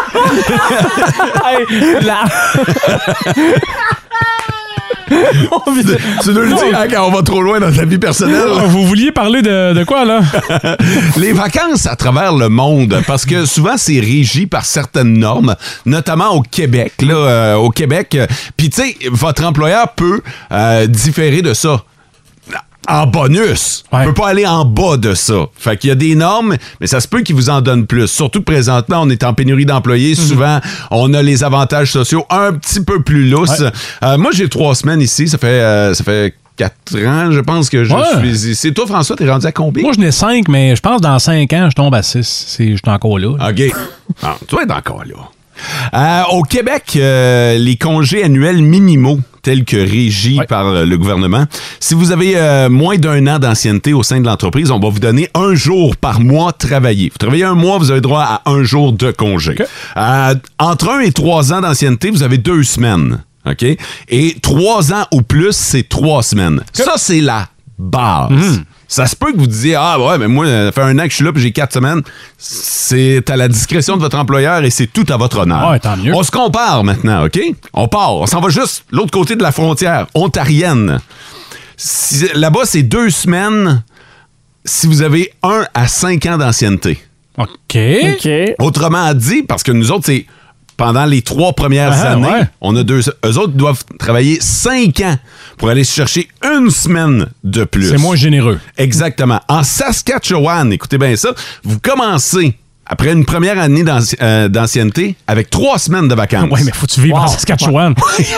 tu nous le dis hein, quand on va trop loin dans ta vie personnelle. Vous vouliez parler de quoi, là? Les vacances à travers le monde, parce que souvent, c'est régi par certaines normes, notamment au Québec. Là, au Québec, puis tu sais, votre employeur peut différer de ça. en bonus. On peut pas aller en bas de ça. Fait qu'il y a des normes, mais ça se peut qu'ils vous en donnent plus. Surtout que présentement, on est en pénurie d'employés. Souvent, on a les avantages sociaux un petit peu plus lousses. Moi, j'ai 3 semaines ici. Ça fait 4 ans, je pense que je suis ici. Toi, François, t'es rendu à combien? Moi, je n'ai 5, mais je pense que dans 5 ans, je tombe à 6. Je suis encore là. OK. Tu vas être encore là. Au Québec, les congés annuels minimaux tels que régis par le gouvernement, si vous avez moins d'1 an d'ancienneté au sein de l'entreprise, on va vous donner 1 jour par mois travaillé. Vous travaillez 1 mois, vous avez droit à 1 jour de congé. Okay. Entre 1 et 3 ans d'ancienneté, vous avez 2 semaines. OK? Et 3 ans ou plus, c'est 3 semaines. Okay. Ça, c'est la base. Ça se peut que vous disiez, ah ouais, mais moi, ça fait 1 an que je suis là puis j'ai 4 semaines. C'est à la discrétion de votre employeur et c'est tout à votre honneur. Ouais, tant mieux. On se compare maintenant, OK? On part. On s'en va juste l'autre côté de la frontière, ontarienne. Là-bas, c'est 2 semaines si vous avez 1 à 5 ans d'ancienneté. OK. Autrement dit, parce que nous autres, c'est pendant les 3 premières années, on a eux autres doivent travailler 5 ans pour aller chercher 1 semaine de plus. C'est moins généreux. Exactement. En Saskatchewan, écoutez bien ça, vous commencez après une première année d'ancienneté avec 3 semaines de vacances. Oui, mais faut que tu vives en Saskatchewan.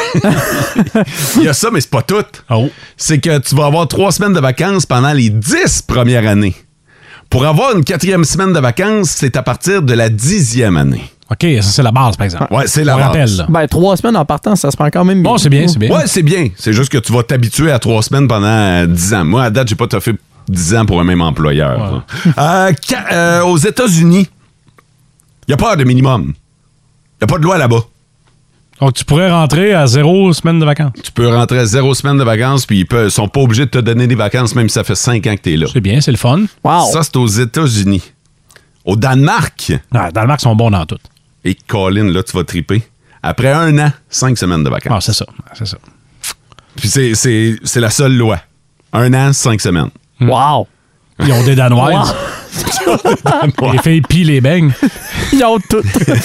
Il y a ça, mais c'est pas tout. C'est que tu vas avoir 3 semaines de vacances pendant les 10 premières années. Pour avoir une 4e semaine de vacances, c'est à partir de la 10e année. OK, ça, c'est la base, par exemple. Ouais, c'est la base. Ben, 3 semaines en partant, ça se prend quand même bien. Bon, c'est bien, c'est bien. Ouais, c'est bien. C'est juste que tu vas t'habituer à 3 semaines pendant 10 ans. Moi, à date, j'ai pas fait 10 ans pour un même employeur. Ouais. Aux États-Unis, il n'y a pas de minimum. Il n'y a pas de loi là-bas. Donc, tu pourrais rentrer à 0 semaine de vacances. Tu peux rentrer à 0 semaine de vacances, puis ils sont pas obligés de te donner des vacances, même si ça fait 5 ans que tu es là. C'est bien, c'est le fun. Wow. Ça, c'est aux États-Unis. Au Danemark. Ah, Danemark sont bons dans tout. Et Colin, là, tu vas triper. Après 1 an, 5 semaines de vacances. Ah, c'est ça. C'est ça. Puis c'est la seule loi. 1 an, 5 semaines. Wow. Ils ont des Danoises. Wow. Les filles pillent les beignes. Ils ont tout.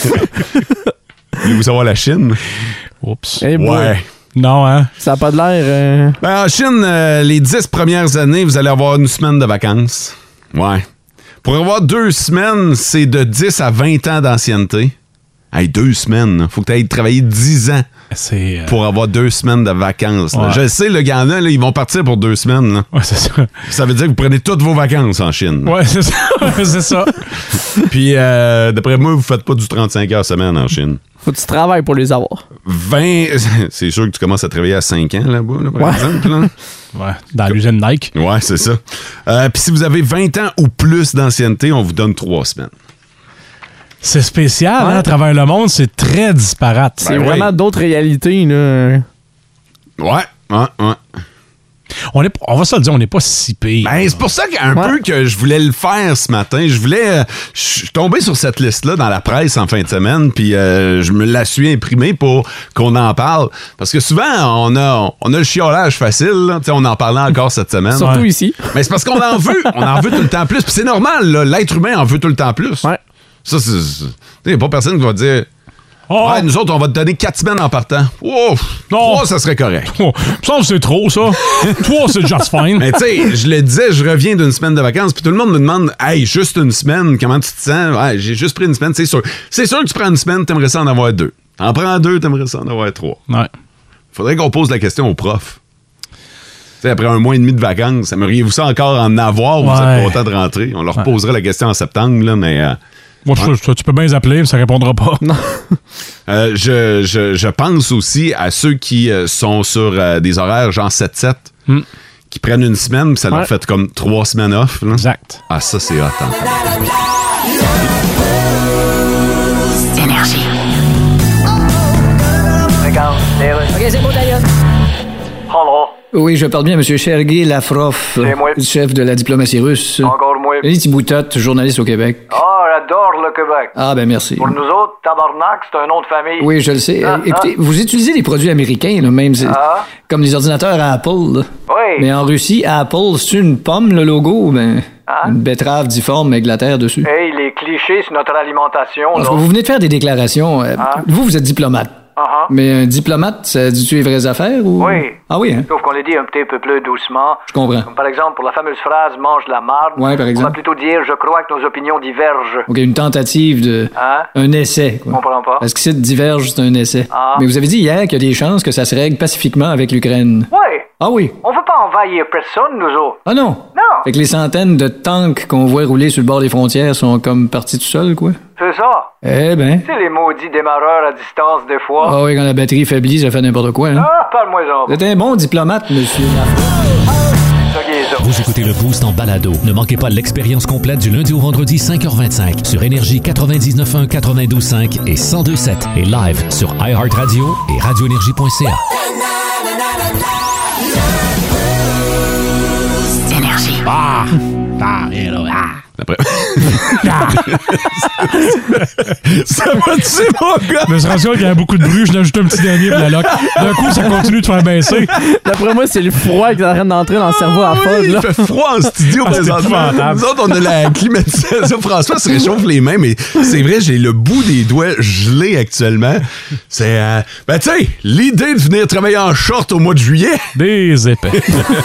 Voulez-vous savoir la Chine? Oups. Hey ouais. Non, hein? Ça n'a pas de l'air... Ben, en Chine, les 10 premières années, vous allez avoir 1 semaine de vacances. Ouais. Pour avoir 2 semaines, c'est de 10 à 20 ans d'ancienneté. Hey, 2 semaines. Faut que tu ailles travailler 10 ans pour avoir 2 semaines de vacances. Ouais. Je sais, le gars là, ils vont partir pour 2 semaines. Là. Ouais, c'est ça. Ça veut dire que vous prenez toutes vos vacances en Chine. Ouais, c'est ça. C'est ça. Puis, d'après moi, vous faites pas du 35 heures semaine en Chine. Faut que tu travailles pour les avoir. 20... C'est sûr que tu commences à travailler à 5 ans là-bas, là, par exemple. Là. Ouais, dans l'usine Nike. Ouais, c'est ça. Puis si vous avez 20 ans ou plus d'ancienneté, on vous donne 3 semaines. C'est spécial, hein, à travers le monde, c'est très disparate. C'est vraiment d'autres réalités, là. Ouais. On va se le dire, on n'est pas si pire. Ben, c'est pour ça qu'un peu que je voulais le faire ce matin. Je suis tombé sur cette liste-là dans la presse en fin de semaine, puis je me la suis imprimée pour qu'on en parle. Parce que souvent, on a le chiolage facile. Là. On en parlait encore cette semaine. Surtout ici. Mais c'est parce qu'on en veut. On en veut tout le temps plus. Puis c'est normal, là, l'être humain en veut tout le temps plus. Ouais. Ça, il n'y a pas personne qui va dire... Ouais, nous autres, on va te donner 4 semaines en partant. Oh, 3, ça serait correct. Ça, c'est trop, ça. 3, c'est just fine. Mais tu sais, je le disais, je reviens d'une semaine de vacances, puis tout le monde me demande, hey, juste une semaine, comment tu te sens? Ouais, j'ai juste pris une semaine, c'est sûr. C'est sûr que tu prends une semaine, t'aimerais ça en avoir 2. T'en prends 2, t'aimerais ça en avoir 3. Ouais. Faudrait qu'on pose la question aux profs. T'sais, après 1 mois et demi de vacances, aimeriez-vous ça encore en avoir ou vous êtes content de rentrer? On leur posera la question en septembre, là, mais... Moi, tu peux bien les appeler, mais ça répondra pas. Non. Je pense aussi à ceux qui sont sur des horaires genre 7-7, qui prennent une semaine, puis ça leur fait comme 3 semaines off. Là. Exact. Ah, ça, c'est hot. Hein. Énergie. Regarde, OK, c'est bon, d'ailleurs. Hello. Oui, je parle bien à M. Sergei Lavrov, chef de la diplomatie russe. Encore moi. Denis Boutotte, journaliste au Québec. Ah, j'adore le Québec. Ah, ben merci. Pour nous autres, tabarnak, c'est un nom de famille. Oui, je le sais. Écoutez, vous utilisez des produits américains, là, même comme les ordinateurs à Apple. Là. Oui. Mais en Russie, Apple, c'est une pomme, le logo, ben... Une betterave difforme avec la terre dessus. Hey, les clichés sur notre alimentation. Parce que vous venez de faire des déclarations. Vous êtes diplomate. Mais un diplomate, ça dit-tu les vraies affaires ou... Oui. Ah oui, hein? Sauf qu'on les dit un petit peu plus doucement. Je comprends. Comme par exemple, pour la fameuse phrase « mange la marde », Ouais, par exemple. on va plutôt dire « je crois que nos opinions divergent ». OK, une tentative de... Un essai, quoi. Je comprends pas. Parce que c'est diverge, c'est un essai. Ah. Mais vous avez dit hier qu'il y a des chances que ça se règle pacifiquement avec l'Ukraine. Oui. Ah oui? On veut pas envahir personne, nous autres. Ah non? Non. Fait que les centaines de tanks qu'on voit rouler sur le bord des frontières sont comme partis tout seuls, quoi? C'est ça. Eh ben... Tu sais, les maudits démarreurs à distance, des fois. Ah oui, quand la batterie faiblit, ça fait n'importe quoi, hein? Ah, parle-moi-en. Vous êtes un bon diplomate, monsieur. Vous écoutez le Boost en balado. Ne manquez pas l'expérience complète du lundi au vendredi 5h25 sur Énergie 99.1, 92.5 et 102.7 et live sur iHeartRadio et radioénergie.ca. Énergie. Après. Ça va-tu, mon gars? Je me suis rendu compte qu'il y avait beaucoup de bruit. Je l'ai ajouté un petit dernier pour la loc. D'un coup, ça continue de faire baisser. D'après moi, c'est le froid qui est en train d'entrer dans le cerveau à folle. Il fait froid en studio présentement. Nous autres, on a la climatisation. François se réchauffe les mains, mais c'est vrai, j'ai le bout des doigts gelé actuellement. C'est... ben tu sais, l'idée de venir travailler en short au mois de juillet. Des épais.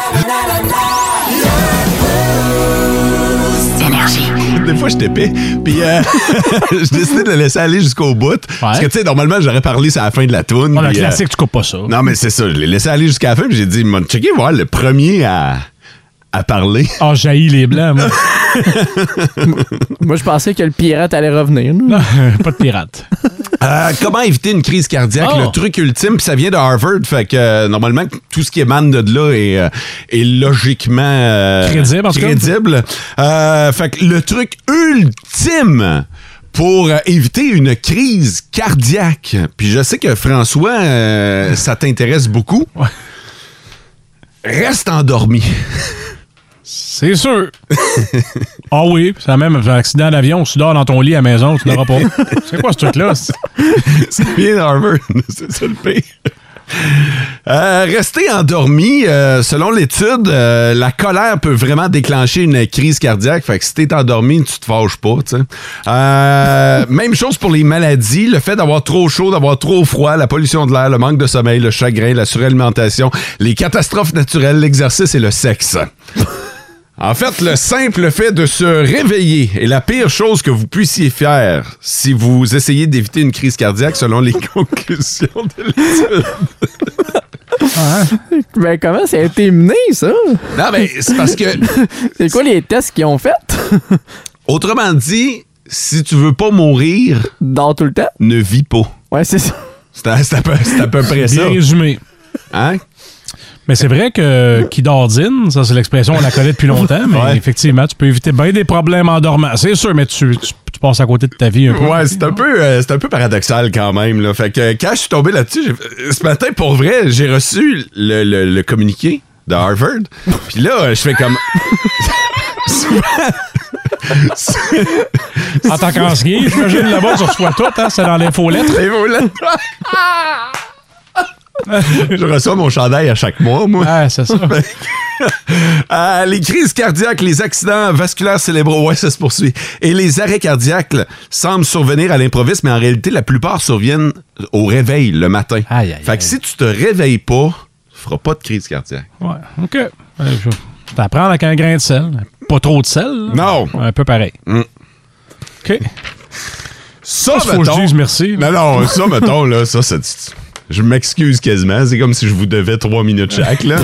Des fois, je t'épais. Puis, j'ai décidé de le laisser aller jusqu'au bout. Parce que, tu sais, normalement, j'aurais parlé sur la fin de la toune. On a un classique, tu coupes pas ça. Non, mais c'est ça. Je l'ai laissé aller jusqu'à la fin. Puis, j'ai dit, checker, voir le premier à parler. Ah, jaillit les blancs, moi. Moi, je pensais que le pirate allait revenir. Non, pas de pirate. Comment éviter une crise cardiaque? Le truc ultime, puis ça vient de Harvard, fait que normalement, tout ce qui émane de là est logiquement crédible. En tout cas. Crédible. Fait que le truc ultime pour éviter une crise cardiaque, puis je sais que François, ça t'intéresse beaucoup, reste endormi. C'est sûr. Ah oui, c'est même un accident d'avion. Tu dors dans ton lit à la maison, tu n'auras pas. C'est quoi ce truc-là? C'est bien Harvard, c'est ça le pire. Rester endormi, selon l'étude, la colère peut vraiment déclencher une crise cardiaque. Fait que si t'es endormi, tu te fâches pas, tu sais. Même chose pour les maladies. Le fait d'avoir trop chaud, d'avoir trop froid, la pollution de l'air, le manque de sommeil, le chagrin, la suralimentation, les catastrophes naturelles, l'exercice et le sexe. En fait, le simple fait de se réveiller est la pire chose que vous puissiez faire si vous essayez d'éviter une crise cardiaque selon les conclusions de l'étude. Ben, comment ça a été mené, ça? Non, mais c'est parce que... C'est quoi les tests qu'ils ont fait? Autrement dit, si tu veux pas mourir... Dors tout le temps? Ne vis pas. Ouais, c'est ça. C'est à peu près ça. Bien résumé. Hein? Mais c'est vrai que qui dordine, ça c'est l'expression, on la connaît depuis longtemps, mais effectivement, tu peux éviter bien des problèmes en dormant. C'est sûr, mais tu passes à côté de ta vie un peu. Ouais, c'est un peu paradoxal quand même, là. Fait que quand je suis tombé là-dessus, ce matin, pour vrai, j'ai reçu le communiqué de Harvard. Puis là, je fais comme... En tant qu'ancien, j'imagine là-bas, tu reçois tout, hein? C'est dans l'infolettre. L'infolettre. Je reçois mon chandail à chaque mois, moi. Ah, c'est ça. Les crises cardiaques, les accidents vasculaires cérébraux, ça se poursuit. Et les arrêts cardiaques semblent survenir à l'improviste, mais en réalité, la plupart surviennent au réveil le matin. Fait que si tu te réveilles pas, tu feras pas de crise cardiaque. Ouais, OK. T'apprends avec un grain de sel. Pas trop de sel. Là. Non. Un peu pareil. OK. Ça, faut que je dise merci. Non, ça, mettons, là, ça, c'est... Je m'excuse quasiment. C'est comme si je vous devais 3 minutes chaque, là.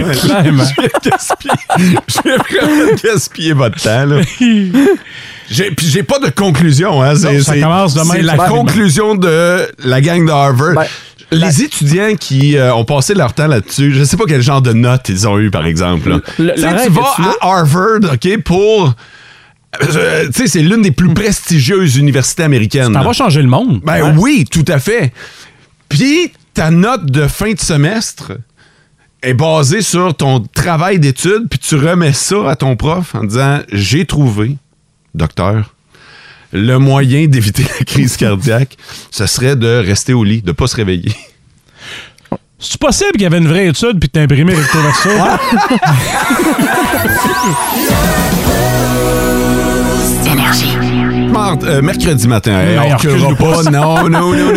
Je vais vraiment gaspiller votre temps, là. Puis j'ai pas de conclusion, hein. Ça commence demain. C'est la conclusion de la gang de Harvard. Les étudiants qui ont passé leur temps là-dessus, je sais pas quel genre de notes ils ont eu, par exemple. Tu vas à Harvard, OK, pour... tu sais, c'est l'une des plus prestigieuses universités américaines. Ça va changer le monde. Ben oui, tout à fait. Puis... ta note de fin de semestre est basée sur ton travail d'études, puis tu remets ça à ton prof en disant « J'ai trouvé, docteur, le moyen d'éviter la crise cardiaque, ce serait de rester au lit, de pas se réveiller. » C'est possible qu'il y avait une vraie étude puis que t'as imprimé avec ton verso? Je m'en mercredi matin. On reculera pas. Non.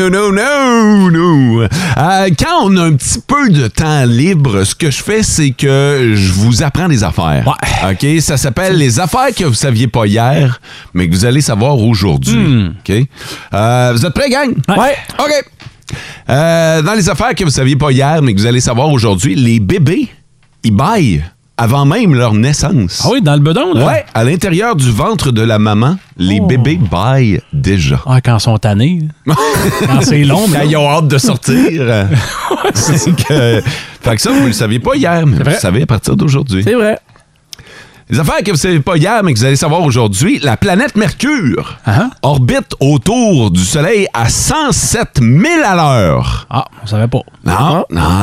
Quand on a un petit peu de temps libre, ce que je fais, c'est que je vous apprends des affaires. Ouais. OK? Ça s'appelle les affaires que vous saviez pas hier, mais que vous allez savoir aujourd'hui. OK? Vous êtes prêts, gang? Ouais. OK. Dans les affaires que vous saviez pas hier, mais que vous allez savoir aujourd'hui, les bébés, ils baillent avant même leur naissance. Ah oui, dans le bedon, là? Ouais, à l'intérieur du ventre de la maman, les bébés baillent déjà. Ah, quand ils sont tannés. Quand c'est long, mais... Quand ils ont hâte de sortir. Fait que ça, vous le saviez pas hier, mais vous le savez à partir d'aujourd'hui. C'est vrai. Les affaires que vous savez pas hier, mais que vous allez savoir aujourd'hui, la planète Mercure orbite autour du Soleil à 107 000 à l'heure. Ah, on savait pas. Non.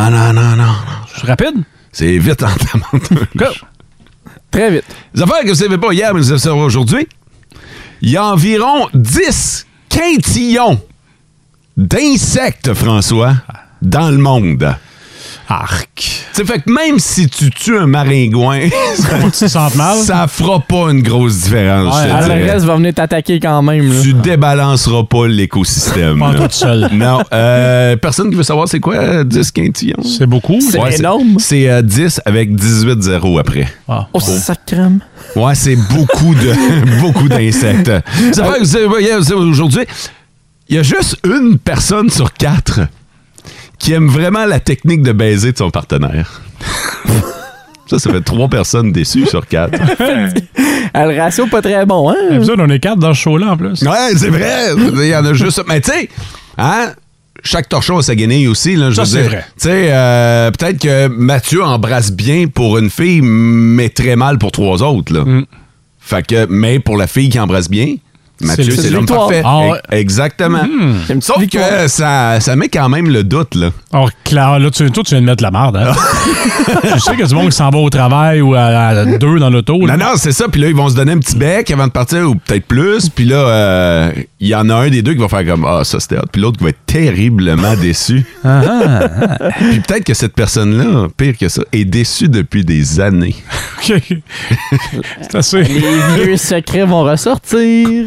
C'est rapide? C'est vite en tamantage. Très vite. Les affaires que vous savez pas hier, mais vous allez savoir aujourd'hui, il y a environ 10 quintillons d'insectes, François, dans le monde. Arc. C'est fait que même si tu tues un maringouin, ça fera pas une grosse différence. Ouais, le reste va venir t'attaquer quand même. Là. Tu débalanceras pas l'écosystème. Pas tout seul. Non. Personne qui veut savoir c'est quoi 10 quintillons? C'est beaucoup. C'est énorme. C'est 10 avec 18 zéros après. Ah. Oh, ça crème. Ouais, c'est beaucoup d'insectes. Ça fait que vous savez, aujourd'hui, il y a juste une personne sur 4 qui aime vraiment la technique de baiser de son partenaire. Ça fait 3 personnes déçues sur 4. Le ratio pas très bon, hein? On est 4 dans ce show-là, en plus. Ouais, c'est vrai. Il y en a juste... Mais tu sais, chaque torchon a sa guenille aussi. Là, ça, c'est vrai. Tu sais, peut-être que Mathieu embrasse bien pour une fille, mais très mal pour 3 autres. Là. Fait que, mais pour la fille qui embrasse bien... Mathieu, c'est l'homme parfait. Ah, ouais. Exactement. Sauf que ça met quand même le doute, là. Alors, Claire, là, toi, tu viens de mettre la merde, hein? Je sais qu'il y a du monde qui s'en va au travail ou à 2 dans l'auto. Non, c'est ça. Puis là, ils vont se donner un petit bec avant de partir, ou peut-être plus. Puis là, il y en a un des deux qui va faire comme « Ah, ça, c'était hot. » Puis l'autre qui va être terriblement déçu. Puis peut-être que cette personne-là, pire que ça, est déçue depuis des années. OK. C'est assez. Les vieux secrets vont ressortir.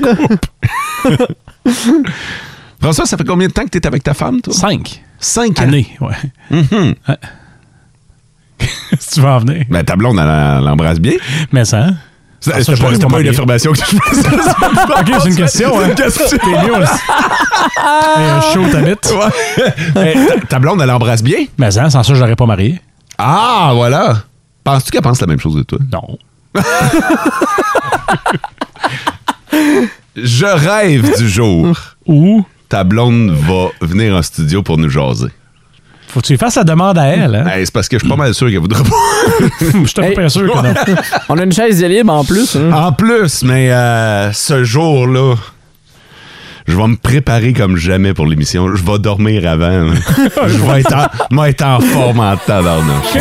François, ça fait combien de temps que tu es avec ta femme, toi? 5. 5 années, ouais. Si tu veux en venir. Ben, ta blonde, elle l'embrasse bien. Mais ça, C'était pas une affirmation que je faisais. OK, c'est une question. C'est une question. T'es mieux, un show t'habites. Ouais. Ta blonde, elle l'embrasse bien? Mais ça, sans ça, je l'aurais pas marié. Ah, voilà. Penses-tu qu'elle pense la même chose de toi? Non. Je rêve du jour où ta blonde va venir en studio pour nous jaser. Faut que tu lui fasses la demande à elle. Hein? Hey, c'est parce que je suis pas mal sûr qu'elle voudra pas. Je suis pas sûr que non. On a une chaise libre en plus. Hein? En plus, mais ce jour-là, je vais me préparer comme jamais pour l'émission. Je vais dormir avant. Je vais être en forme en tabarnouche.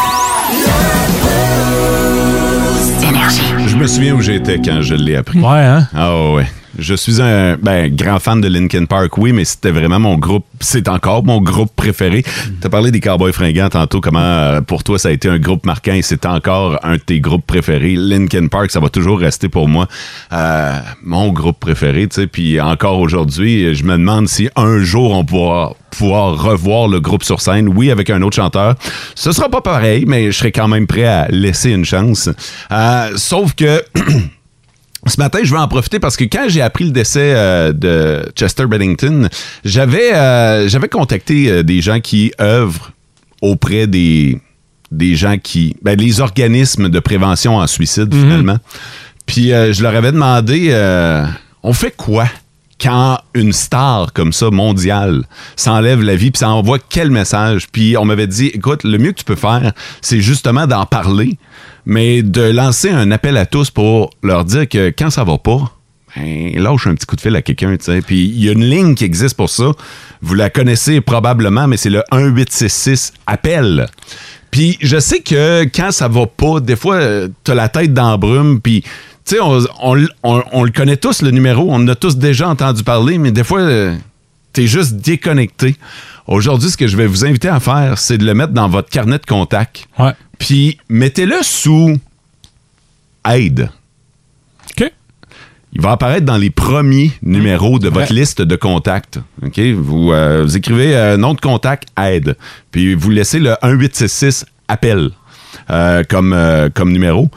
Je me souviens où j'étais quand je l'ai appris. Ouais, hein? Ah ouais. Je suis un grand fan de Linkin Park, oui, mais c'était vraiment mon groupe, c'est encore mon groupe préféré. T'as parlé des Cowboys fringants tantôt, comment pour toi ça a été un groupe marquant et c'est encore un de tes groupes préférés. Linkin Park, ça va toujours rester pour moi mon groupe préféré, tu sais. Puis encore aujourd'hui, je me demande si un jour on pourra pouvoir revoir le groupe sur scène, oui, avec un autre chanteur. Ce sera pas pareil, mais je serai quand même prêt à laisser une chance. Sauf que... Ce matin, je vais en profiter parce que quand j'ai appris le décès de Chester Bennington, j'avais contacté des gens qui œuvrent auprès des gens qui... les organismes de prévention en suicide, finalement. Puis je leur avais demandé, on fait quoi quand une star comme ça, mondiale, s'enlève la vie, puis ça envoie quel message? Puis on m'avait dit, écoute, le mieux que tu peux faire, c'est justement d'en parler, mais de lancer un appel à tous pour leur dire que quand ça va pas, lâche un petit coup de fil à quelqu'un, tu sais. Puis il y a une ligne qui existe pour ça. Vous la connaissez probablement, mais c'est le 1-866-APPEL. Puis je sais que quand ça va pas, des fois, t'as la tête dans la brume, puis tu sais, on le connaît tous, le numéro, on en a tous déjà entendu parler, mais des fois, t'es juste déconnecté. Aujourd'hui, ce que je vais vous inviter à faire, c'est de le mettre dans votre carnet de contacts. Ouais. Puis, mettez-le sous aide. OK. il va apparaître dans les premiers numéros de votre liste de contacts. OK? Vous écrivez nom de contact, aide. Puis vous laissez le 1866 appel comme numéro.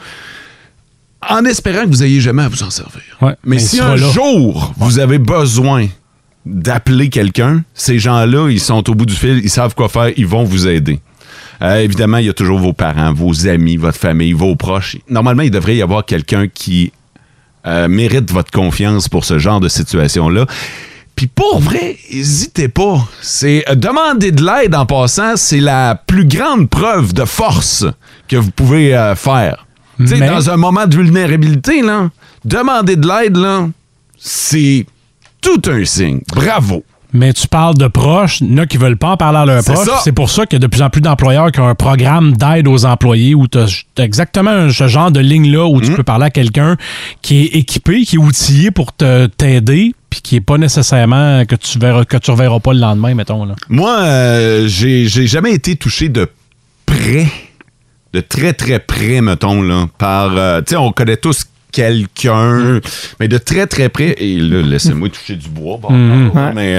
En espérant que vous n'ayez jamais à vous en servir. Ouais, mais si un jour, vous avez besoin d'appeler quelqu'un, ces gens-là, ils sont au bout du fil, ils savent quoi faire, ils vont vous aider. Évidemment, il y a toujours vos parents, vos amis, votre famille, vos proches. Normalement, il devrait y avoir quelqu'un qui mérite votre confiance pour ce genre de situation-là. Puis pour vrai, n'hésitez pas. C'est demander de l'aide en passant, c'est la plus grande preuve de force que vous pouvez faire. Mais... dans un moment de vulnérabilité, là, demander de l'aide, là, c'est tout un signe. Bravo. Mais tu parles de proches, il y en a qui veulent pas en parler à leurs proches. C'est pour ça qu'il y a de plus en plus d'employeurs qui ont un programme d'aide aux employés où tu as exactement ce genre de ligne-là où tu peux parler à quelqu'un qui est équipé, qui est outillé pour t'aider, puis qui est pas nécessairement que tu reverras pas le lendemain, mettons. Là. Moi, j'ai jamais été touché de près, de très très près, mettons, là, par... tu sais, on connaît tous quelqu'un, mais de très très près, et là, laissez-moi toucher du bois, mais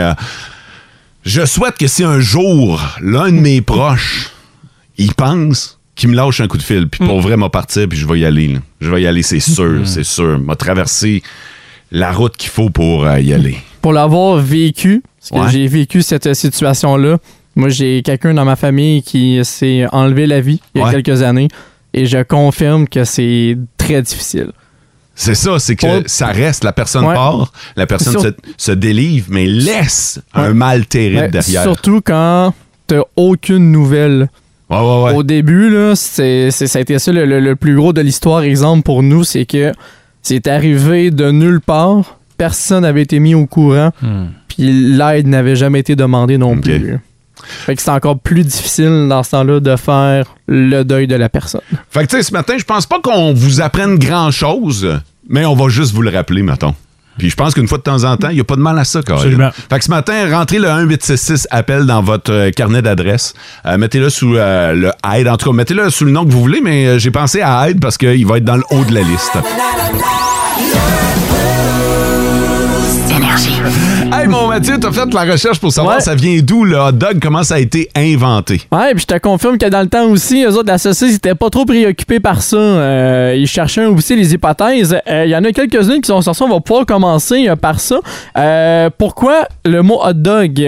je souhaite que si un jour, l'un de mes proches, il pense qu'il me lâche un coup de fil, puis pour vrai, m'a partir, puis je vais y aller. Là. Je vais y aller, c'est sûr, c'est sûr. M'a traversé la route qu'il faut pour y aller. Pour l'avoir vécu, parce que j'ai vécu cette situation-là, moi, j'ai quelqu'un dans ma famille qui s'est enlevé la vie il y a quelques années, et je confirme que c'est très difficile. C'est ça, c'est que ça reste, la personne part, la personne se délivre, mais laisse un mal terrible derrière. Surtout quand t'as aucune nouvelle. Au début, là, ça a été ça le plus gros de l'histoire. Exemple pour nous, c'est que c'est arrivé de nulle part, personne n'avait été mis au courant, puis l'aide n'avait jamais été demandée non plus. Fait que c'est encore plus difficile dans ce temps-là de faire le deuil de la personne. Fait que tu sais, ce matin, je pense pas qu'on vous apprenne grand-chose, mais on va juste vous le rappeler, mettons. Puis je pense qu'une fois de temps en temps, il n'y a pas de mal à ça, quand même. Fait que ce matin, rentrez le 1866 appel dans votre carnet d'adresse. Mettez-le sous le aide. En tout cas, mettez-le sous le nom que vous voulez, mais j'ai pensé à aide parce qu'il va être dans le haut de la liste. Hey, mon Mathieu, t'as fait la recherche pour savoir ça vient d'où le hot dog, comment ça a été inventé. Ouais, puis je te confirme que dans le temps aussi, eux autres, la saucisse, ils étaient pas trop préoccupés par ça. Ils cherchaient aussi les hypothèses. Il y en a quelques-unes qui sont sorties, on va pouvoir commencer par ça. Pourquoi le mot hot dog?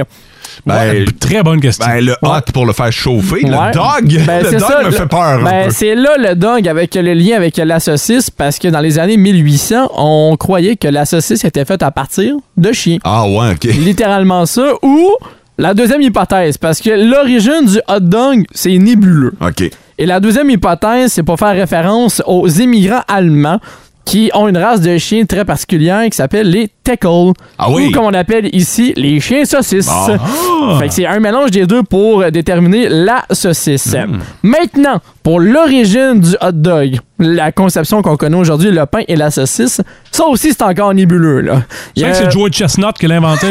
Très bonne question. Le hot pour le faire chauffer. Le dog, le dog me fait peur. C'est là le dog avec le lien avec la saucisse parce que dans les années 1800, on croyait que la saucisse était faite à partir de chien. Ah ouais, OK. Littéralement ça. Ou la deuxième hypothèse, parce que l'origine du hot dog, c'est nébuleux. OK. Et la deuxième hypothèse, c'est pour faire référence aux immigrants allemands qui ont une race de chiens très particulière qui s'appelle les Teckel. Ah oui? Ou comme on appelle ici, les chiens saucisses. Fait que c'est un mélange des deux pour déterminer la saucisse. Maintenant, pour l'origine du hot dog, la conception qu'on connaît aujourd'hui, le pain et la saucisse, ça aussi, c'est encore nébuleux. Là. C'est Joey Chestnut qui l'a inventé?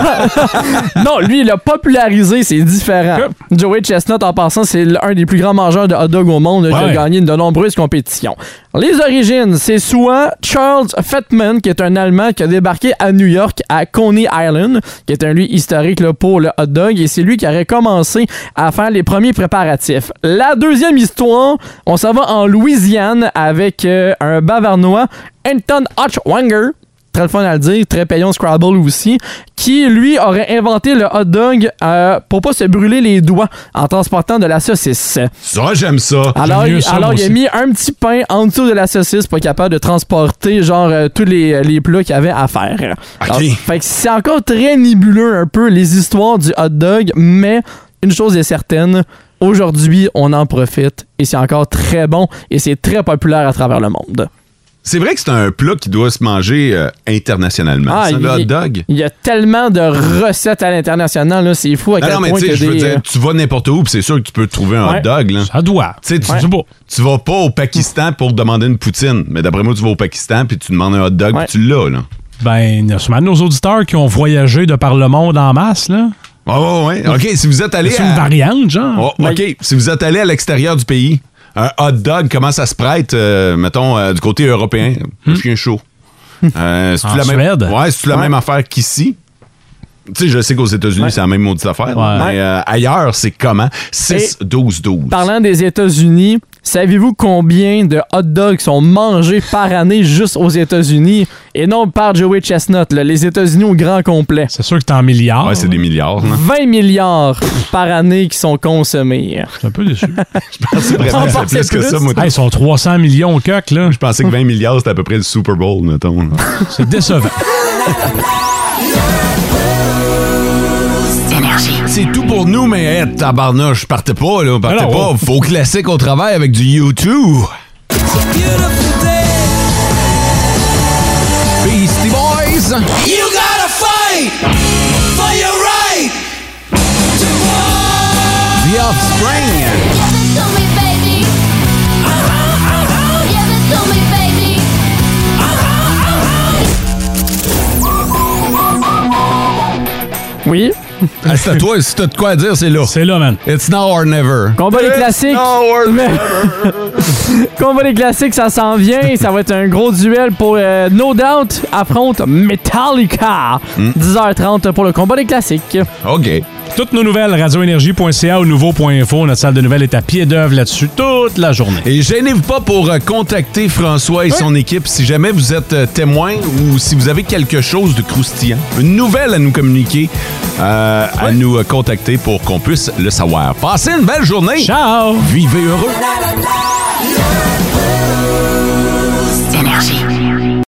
Non, lui, il l'a popularisé, c'est différent. Joey Chestnut, en passant, c'est l'un des plus grands mangeurs de hot dog au monde qui a gagné de nombreuses compétitions. Les origines, c'est soit Charles Fettman, qui est un Allemand qui a débarqué à New York, à Coney Island, qui est un lieu historique là, pour le hot dog, et c'est lui qui aurait commencé à faire les premiers préparatifs. La deuxième histoire, on s'en va en Louisiane avec un Bavarnois, Anton Hotchwanger, très le fun à le dire, très payant Scrabble aussi, qui, lui, aurait inventé le hot dog pour pas se brûler les doigts en transportant de la saucisse. Ça, j'aime ça. Alors il a mis un petit pain en dessous de la saucisse pour être capable de transporter, genre, tous les plats qu'il y avait à faire. Alors, fait que c'est encore très nébuleux, un peu, les histoires du hot dog, mais une chose est certaine, aujourd'hui, on en profite et c'est encore très bon et c'est très populaire à travers le monde. C'est vrai que c'est un plat qui doit se manger internationalement. Le hot dog. Il y a tellement de recettes à l'international, là, c'est fou à quel point que je veux dire, tu vas n'importe où, puis c'est sûr que tu peux trouver un hot dog. Là. Ça doit. Tu vas pas au Pakistan pour demander une poutine, mais d'après moi, tu vas au Pakistan puis tu demandes un hot dog puis tu l'as. Là. Ben, il y a sûrement nos auditeurs qui ont voyagé de par le monde en masse, là. Ouais. OK, si vous êtes allé c'est une variante, genre. OK, si vous êtes allé à l'extérieur du pays, un hot dog, comment ça se prête, mettons, du côté européen? Un chien chaud. C'est-tu la Suède? même... Ouais, c'est-tu la même affaire qu'ici? Tu sais, je sais qu'aux États-Unis, c'est la même maudite affaire. Mais ailleurs, c'est comment? 6-12-12. Parlant des États-Unis, savez-vous combien de hot dogs sont mangés par année juste aux États-Unis? Et non par Joey Chestnut, là, les États-Unis au grand complet. C'est sûr que t'es en milliards. Ouais, c'est des milliards. 20 milliards par année qui sont consommés. Je suis un peu déçu. Je pensais vraiment que c'était plus que ça, moi. Ils sont 300 millions au coq, là. Je pensais que 20 milliards, c'était à peu près le Super Bowl, mettons. C'est décevant. C'est tout pour nous, mais tabarnouche, partez pas, là, partez pas. Faux classique au travail avec du U2. Beastie Boys. You gotta fight for your right to war. The Offspring. Give it to me, baby. Give it to me, baby. Oui. C'est à toi, si t'as de quoi à dire, c'est là. C'est là, man. It's now or never. Combat des classiques. Combat des classiques, ça s'en vient. Ça va être un gros duel pour No Doubt affronte Metallica. 10h30 pour le combat des classiques. OK. Toutes nos nouvelles, radioénergie.ca ou nouveau.info. Notre salle de nouvelles est à pied d'œuvre là-dessus toute la journée. Et gênez-vous pas pour contacter François et son équipe si jamais vous êtes témoin ou si vous avez quelque chose de croustillant, une nouvelle à nous communiquer, à nous contacter pour qu'on puisse le savoir. Passez une belle journée. Ciao. Vivez heureux. Énergie.